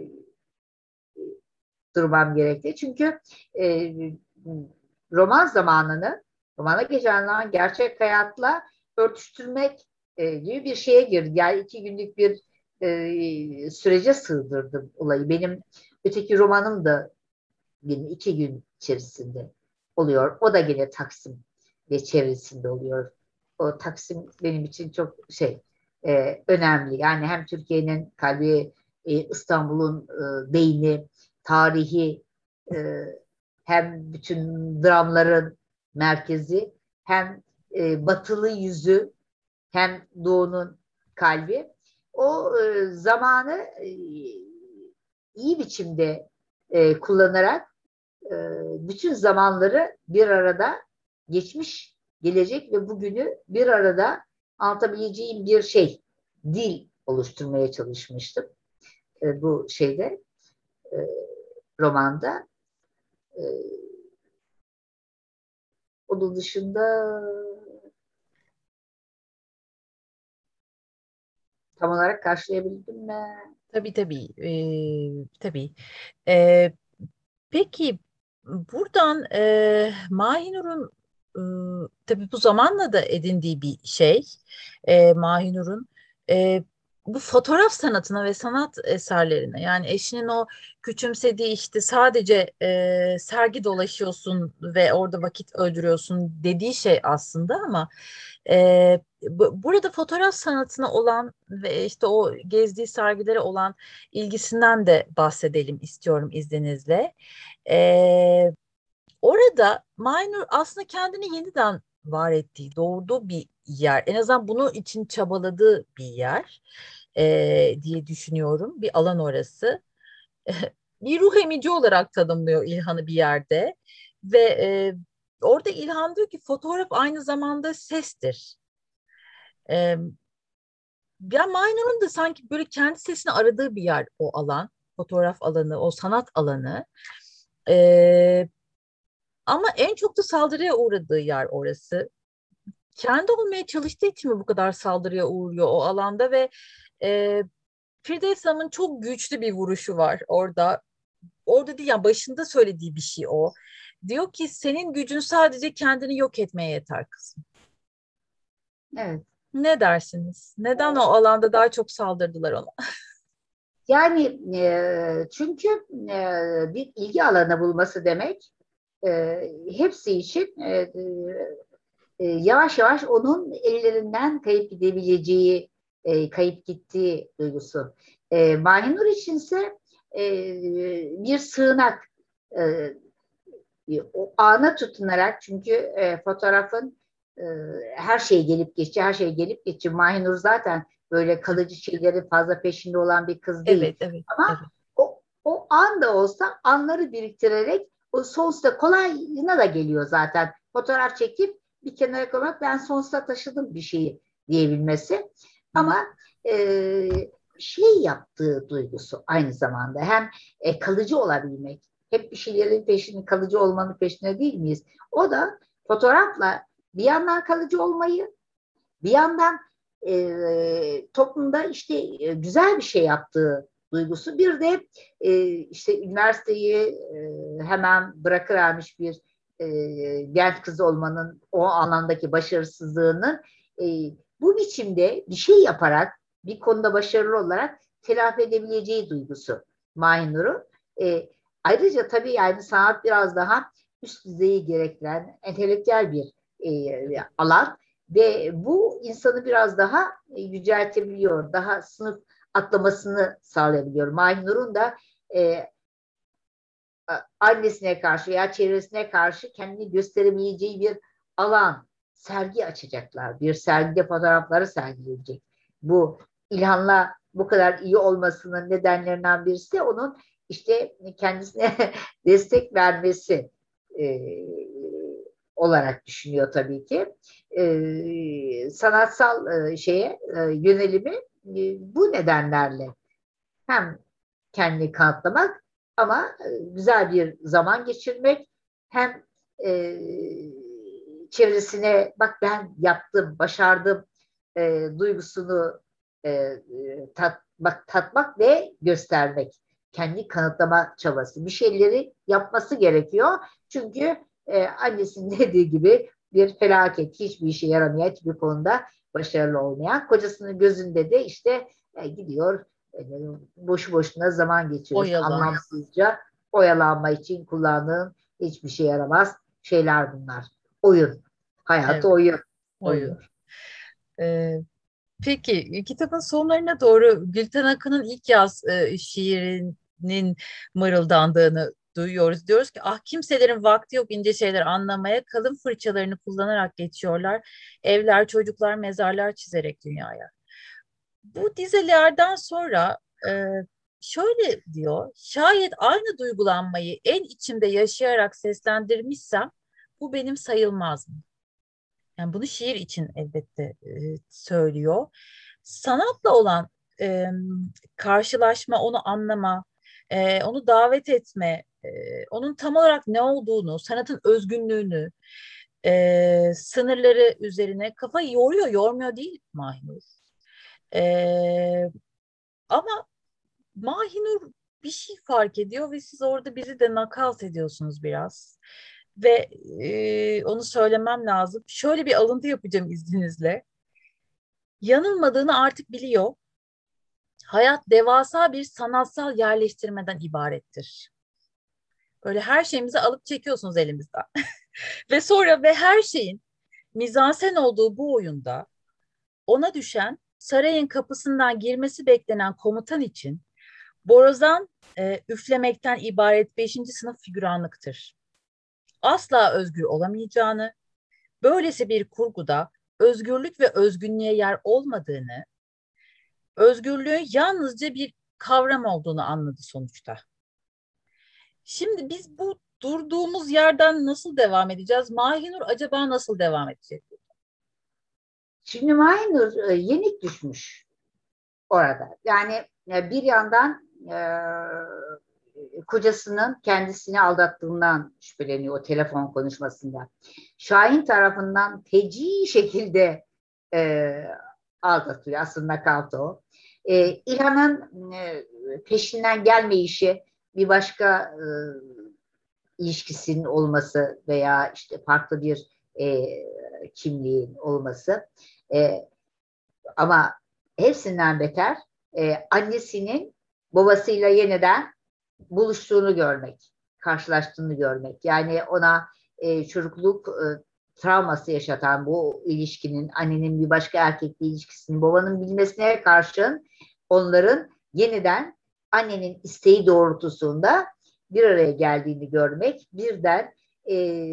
durmam gerekti. Çünkü e, roman zamanını, romana geçen gerçek hayatla örtüştürmek e, gibi bir şeye girdi. Yani iki günlük bir e, sürece sığdırdım olayı. Benim öteki romanım da benim iki gün içerisinde oluyor. O da yine Taksim ve çevresinde oluyor. O Taksim benim için çok şey e, önemli. Yani hem Türkiye'nin kalbi, e, İstanbul'un e, beyni, tarihi, e, hem bütün dramların merkezi, hem e, batılı yüzü, hem doğunun kalbi. O e, zamanı e, iyi biçimde e, kullanarak e, bütün zamanları bir arada, geçmiş, gelecek ve bugünü bir arada anlatabileceğim bir şey, dil oluşturmaya çalışmıştım e, bu şeyde, e, romanda. E, Onun dışında tam olarak karşılayabildim mi? Tabii tabii. Ee, tabii. Ee, peki buradan e, Mahinur'un e, tabii bu zamanla da edindiği bir şey. E, Mahinur'un e, bu fotoğraf sanatına ve sanat eserlerine, yani eşinin o küçümsediği, işte sadece e, sergi dolaşıyorsun ve orada vakit öldürüyorsun dediği şey aslında, ama e, bu- burada fotoğraf sanatına olan ve işte o gezdiği sergilere olan ilgisinden de bahsedelim istiyorum izninizle. Ee, Orada Minor aslında kendini yeniden var ettiği, doğurduğu bir yer. En azından bunu için çabaladığı bir yer ee, diye düşünüyorum. Bir alan orası. Bir ruh emici olarak tanımlıyor İlhan'ı bir yerde. Ve e, orada İlhan diyor ki fotoğraf aynı zamanda sestir. E, Ya Minor'un da sanki böyle kendi sesini aradığı bir yer o alan. Fotoğraf alanı, o sanat alanı. E, Ama en çok da saldırıya uğradığı yer orası. Kendi olmaya çalıştığı için mi bu kadar saldırıya uğruyor o alanda? Ve e, Firdevs Hanım'ın çok güçlü bir vuruşu var orada. Orada değil, yani başında söylediği bir şey o. Diyor ki senin gücün sadece kendini yok etmeye yeter kızım. Evet. Ne dersiniz? Neden o alanda daha çok saldırdılar ona? Yani e, çünkü e, bir ilgi alanı bulması demek e, hepsi için e, e, yavaş yavaş onun ellerinden kayıp gidebileceği, e, kayıp gittiği duygusu. E, Mahinur içinse e, bir sığınak, e, o ana tutunarak, çünkü e, fotoğrafın e, her şey gelip geçici, her şey gelip geçici. Mahinur zaten böyle kalıcı şeylerin fazla peşinde olan bir kız değil. Evet, evet, Ama evet. o, o anda olsa anları biriktirerek o sonsuza kolayına da geliyor zaten. Fotoğraf çekip bir kenara koymak, ben sonsuza taşıdım bir şeyi diyebilmesi. Hı. Ama e, şey yaptığı duygusu aynı zamanda hem e, kalıcı olabilmek, hep bir şeylerin peşinde, kalıcı olmanın peşinde değil miyiz? O da fotoğrafla bir yandan kalıcı olmayı, bir yandan e, toplumda işte e, güzel bir şey yaptığı duygusu. Bir de e, işte üniversiteyi e, hemen bırakıvermiş bir e, genç kız olmanın o alandaki başarısızlığını e, bu biçimde bir şey yaparak, bir konuda başarılı olarak telafi edebileceği duygusu Mahinur'un. E, Ayrıca tabii yani sanat biraz daha üst düzeyi gerektiren entelektüel bir e, alan. Ve bu insanı biraz daha e, yüceltebiliyor, daha sınıf atlamasını sağlayabiliyor. Mahinur'un da e, annesine karşı veya çevresine karşı kendini gösterebileceği bir alan, sergi açacaklar. Bir sergide fotoğrafları sergileyecek. Bu İlhan'la bu kadar iyi olmasının nedenlerinden birisi de onun işte kendisine destek vermesi. e, olarak düşünüyor tabii ki. E, sanatsal e, şeye e, yönelimi e, bu nedenlerle hem kendini kanıtlamak ama e, güzel bir zaman geçirmek hem e, çevresine bak ben yaptım, başardım e, duygusunu e, tat, bak, tatmak ve göstermek. Kendi kanıtlama çabası. Bir şeyleri yapması gerekiyor. Çünkü e, annesinin dediği gibi bir felaket, hiçbir işe yaramayan, hiçbir konuda başarılı olmayan. Kocasının gözünde de işte e, gidiyor e, boşu boşuna zaman geçiriyorsun. Oyalan. Anlamsızca oyalanma için kullandığın hiçbir şey yaramaz şeyler bunlar. Oyun. Hayatı Evet, oyun. oyun. Oynuyor. Ee, peki kitabın sonlarına doğru Gülten Akın'ın ilk yaz e, şiirinin mırıldandığını duyuyoruz. Diyoruz ki ah kimselerin vakti yok ince şeyler anlamaya kalın fırçalarını kullanarak geçiyorlar. Evler, çocuklar, mezarlar çizerek dünyaya. Bu dizelerden sonra e, şöyle diyor, şayet aynı duygulanmayı en içimde yaşayarak seslendirmişsem bu benim sayılmaz mı? Yani bunu şiir için elbette e, söylüyor. Sanatla olan e, karşılaşma, onu anlama, e, onu davet etme, e, onun tam olarak ne olduğunu, sanatın özgünlüğünü, e, sınırları üzerine kafayı yoruyor, yormuyor değil Mahinur. E, ama Mahinur bir şey fark ediyor ve siz orada bizi de nakalt ediyorsunuz biraz. Ve e, onu söylemem lazım. Şöyle bir alıntı yapacağım izninizle. Yanılmadığını artık biliyor. Hayat devasa bir sanatsal yerleştirmeden ibarettir. Böyle her şeyimizi alıp çekiyorsunuz elimizden. Ve sonra ve her şeyin mizansen olduğu bu oyunda ona düşen sarayın kapısından girmesi beklenen komutan için borazan e, üflemekten ibaret beşinci sınıf figüranlıktır. Asla özgür olamayacağını, böylesi bir kurguda özgürlük ve özgünlüğe yer olmadığını, özgürlüğün yalnızca bir kavram olduğunu anladı sonuçta. Şimdi biz bu durduğumuz yerden nasıl devam edeceğiz? Mahinur acaba nasıl devam edecek? Şimdi Maynur e, yenik düşmüş orada. Yani e, bir yandan e, kocasının kendisini aldattığından şüpheleniyor o telefon konuşmasında. Şahin tarafından feci şekilde e, aldatılıyor. Aslında kaldı o. E, İlhan'ın e, peşinden gelmeyişi bir başka e, ilişkisinin olması veya işte farklı bir e, kimliğin olması. E, ama hepsinden beter e, annesinin babasıyla yeniden buluştuğunu görmek, karşılaştığını görmek. Yani ona e, çocukluk e, travması yaşatan bu ilişkinin, annenin bir başka erkekle ilişkisinin babanın bilmesine karşın onların yeniden annenin isteği doğrultusunda bir araya geldiğini görmek, birden e,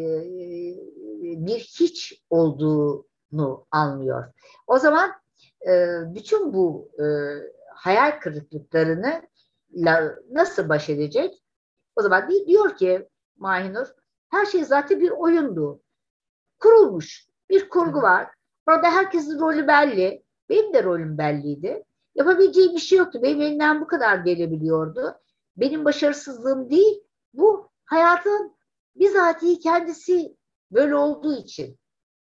bir hiç olduğunu anlıyor. O zaman e, bütün bu e, hayal kırıklıklarını nasıl baş edecek? O zaman diyor ki Mahinur, her şey zaten bir oyundu. Kurulmuş bir kurgu Evet. var. Orada herkesin rolü belli. Benim de rolüm belliydi. Yapabileceğim bir şey yoktu. Benim elimden bu kadar gelebiliyordu. Benim başarısızlığım değil, bu hayatın bizatihi kendisi böyle olduğu için.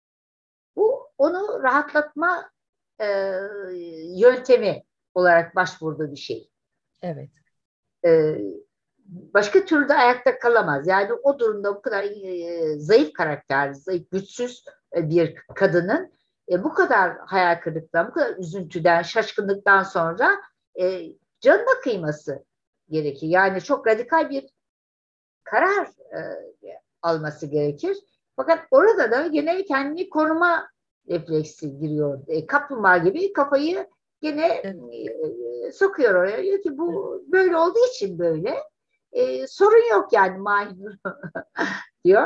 Bu onu rahatlatma e, yöntemi olarak başvurduğu bir şey. Evet. E, başka türlü de ayakta kalamaz. Yani o durumda bu kadar e, zayıf karakter, zayıf, güçsüz e, bir kadının e, bu kadar hayal kırıklığından, bu kadar üzüntüden, şaşkınlıktan sonra e, canına kıyması gerekir. Yani çok radikal bir karar e, alması gerekir. Fakat orada da yine kendini koruma refleksi giriyor. E, kaplumbağa gibi kafayı yine Evet. e, sokuyor oraya. Diyor ki bu böyle olduğu için böyle. E, sorun yok yani mahir diyor.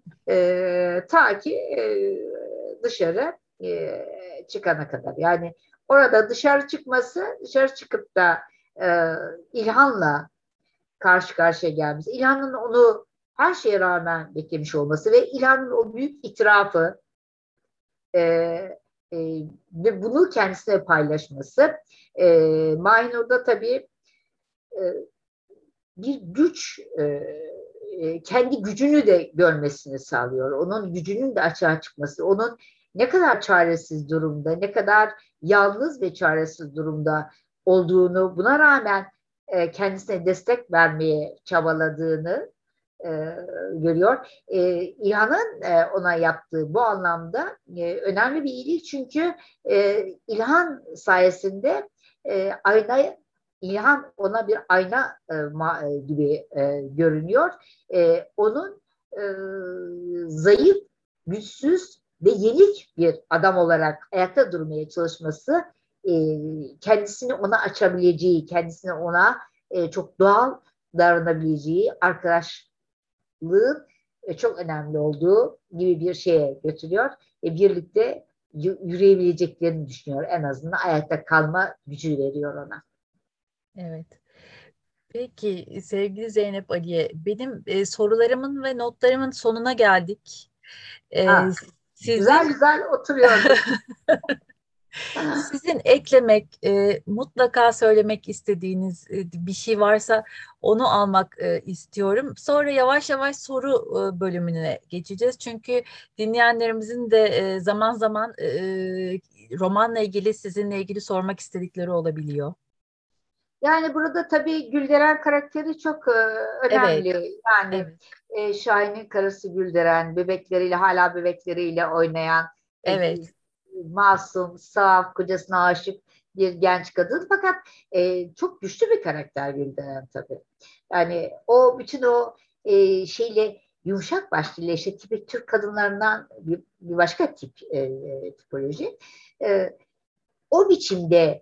E, ta ki e, dışarı e, çıkana kadar. Yani orada dışarı çıkması, dışarı çıkıp da e, İlhan'la karşı karşıya gelmesi. İlhan'ın onu her şeye rağmen beklemiş olması ve İlhan'ın o büyük itirafı e, e, ve bunu kendisine paylaşması. E, Mahinur'da tabii e, bir güç, e, e, kendi gücünü de görmesini sağlıyor. Onun gücünün de açığa çıkması, onun ne kadar çaresiz durumda, ne kadar yalnız ve çaresiz durumda olduğunu, buna rağmen e, kendisine destek vermeye çabaladığını e, görüyor. E, İlhan'ın e, ona yaptığı bu anlamda e, önemli bir iyilik, çünkü e, İlhan sayesinde e, ayna İlhan ona bir ayna e, ma, e, gibi e, görünüyor. E, onun e, zayıf, güçsüz ve yenik bir adam olarak ayakta durmaya çalışması, e, kendisini ona açabileceği, kendisini ona e, çok doğal davranabileceği, arkadaşlığın e, çok önemli olduğu gibi bir şeye götürüyor. E, birlikte yürüyebileceklerini düşünüyor. En azından ayakta kalma gücü veriyor ona. Evet. Peki sevgili Zeynep Aliye, benim e, sorularımın ve notlarımın sonuna geldik. E, Ha, güzel sizin güzel oturuyorduk. sizin eklemek, e, mutlaka söylemek istediğiniz e, bir şey varsa onu almak e, istiyorum. Sonra yavaş yavaş soru e, bölümüne geçeceğiz. Çünkü dinleyenlerimizin de e, zaman zaman e, romanla ilgili, sizinle ilgili sormak istedikleri olabiliyor. Yani burada tabii Gülderen karakteri çok e, Evet, önemli. Yani evet, e, Şahin'in karısı Gülderen, bebekleriyle, hala bebekleriyle oynayan, e, evet. masum, saf, kocasına aşık bir genç kadın. Fakat e, çok güçlü bir karakter Gülderen tabii. Yani o bütün o e, şeyle, yumuşak başlıyla, işte tipik Türk kadınlarından bir, bir başka tip e, e, tipoloji. E, O biçimde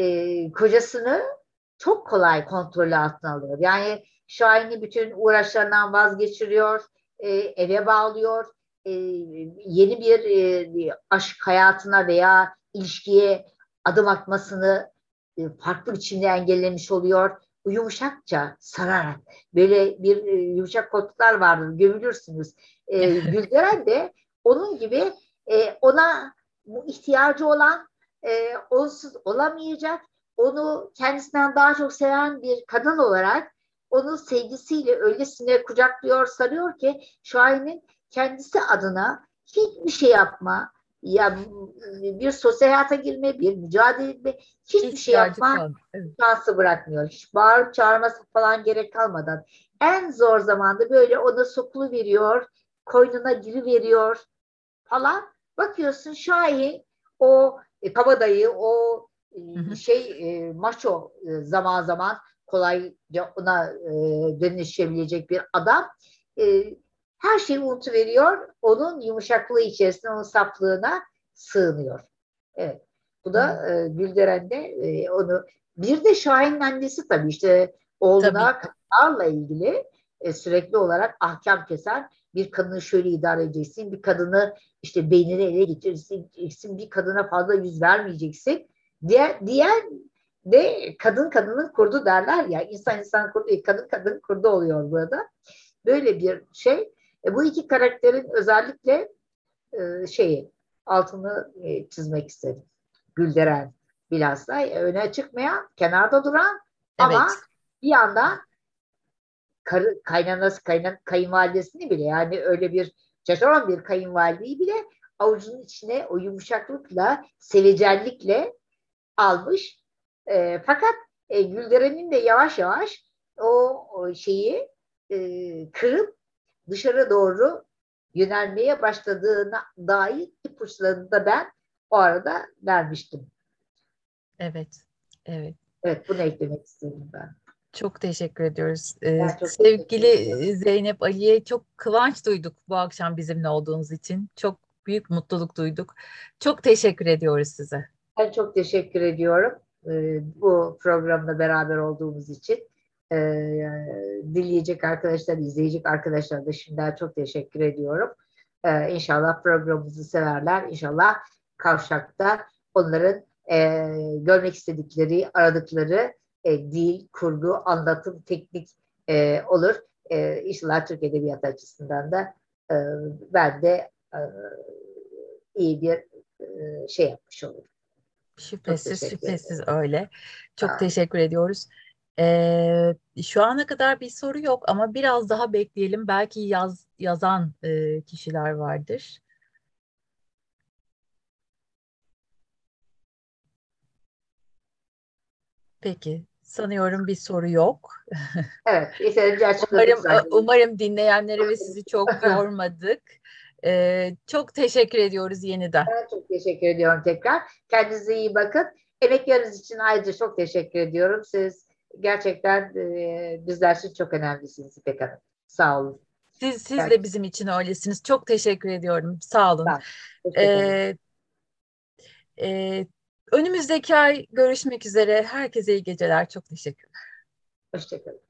e, kocasını çok kolay kontrolü altına alıyor. Yani Şahin'i bütün uğraşlarından vazgeçiriyor, e, eve bağlıyor, e, yeni bir e, aşk hayatına veya ilişkiye adım atmasını e, farklı biçimde engellemiş oluyor. Bu yumuşakça sararak, böyle bir e, yumuşak koltuklar vardır, gömülürsünüz. E, Gülderen de onun gibi, e, ona bu ihtiyacı olan, e, onsuz olamayacak, onu kendisinden daha çok seven bir kadın olarak onu sevgisiyle öylesine kucaklıyor, sarıyor ki Şahin'in kendisi adına hiçbir şey yapma, ya bir sosyal hayata girme, bir mücadele etme, hiçbir şey İhtiyacı yapma kaldı. Evet. şansı bırakmıyor. Hiç bağırıp çağırması falan gerek kalmadan. En zor zamanda böyle ona sokulu veriyor, koynuna giri veriyor falan. Bakıyorsun Şahin o e, kabadayı, o Hı e, hı. şey e, maço, e, zaman zaman kolayca ona e, dönüşebilecek bir adam. E, Her şeyi unutuveriyor. Onun yumuşaklığı içerisinde, onun saflığına sığınıyor. Evet. Bu Evet. da e, Gülderen'de e, onu, bir de Şahin'in annesi tabii, işte Tabii. oğluna kadınlarla ilgili e, sürekli olarak ahkam kesen, bir kadını şöyle idare edeceksin, bir kadını işte beynini ele geçireceksin, bir kadına fazla yüz vermeyeceksin. Diğer, diğer de kadın kadının kurdu derler ya, insan insan kurdu değil, kadın kadın kurdu oluyor burada. Böyle bir şey. E, bu iki karakterin özellikle e, şeyi altını e, çizmek istedim. Gülderen bilhassa e, öne çıkmayan, kenarda duran ama Evet. bir yandan karı, kaynanası, kaynan, kayınvalidesini bile, yani öyle bir şaşaran bir kayınvalideyi bile avucunun içine o yumuşaklıkla, sevecenlikle almış. E, fakat e, Gülderen'in de yavaş yavaş o, o şeyi e, kırıp dışarı doğru yönelmeye başladığına dair ipuçlarını da ben o arada vermiştim. Evet. Evet. Evet, bunu eklemek istedim ben. Çok teşekkür ediyoruz. Ee, Ben çok teşekkür ediyorum. sevgili Zeynep Ali'ye çok kıvanç duyduk bu akşam bizimle olduğunuz için. Çok büyük mutluluk duyduk. Çok teşekkür ediyoruz size. Ben çok teşekkür ediyorum e, bu programda beraber olduğumuz için. E, Dinleyecek arkadaşlar, izleyecek arkadaşlar da şimdiden çok teşekkür ediyorum. E, İnşallah programımızı severler. İnşallah Kavşak'ta onların e, görmek istedikleri, aradıkları e, dil, kurgu, anlatım, teknik e, olur. e, inşallah Türk Edebiyatı açısından da e, ben de e, iyi bir e, şey yapmış olurum. Çok Şüphesiz, teşekkür şüphesiz ederim. öyle. Çok Sağ olun. teşekkür ediyoruz. Ee, şu ana kadar bir soru yok ama biraz daha bekleyelim. Belki yaz, yazan e, kişiler vardır. Peki, sanıyorum bir soru yok. Evet, yeterince açıkladık Umarım e, zannediyorum. umarım dinleyenleri ve sizi çok yormadık. Ee, çok teşekkür ediyoruz yeniden. Ben çok teşekkür ediyorum tekrar. Kendinize iyi bakın. Emekleriniz için ayrıca çok teşekkür ediyorum. Siz gerçekten e, bizler için çok önemlisiniz İpek Hanım. Sağ olun. Siz, siz de Gerçekten. bizim için öylesiniz. Çok teşekkür ediyorum. Sağ olun. Sağ olun. Hoşçakalın. Ee, e, önümüzdeki ay görüşmek üzere. Herkese iyi geceler. Çok teşekkür Hoşçakalın.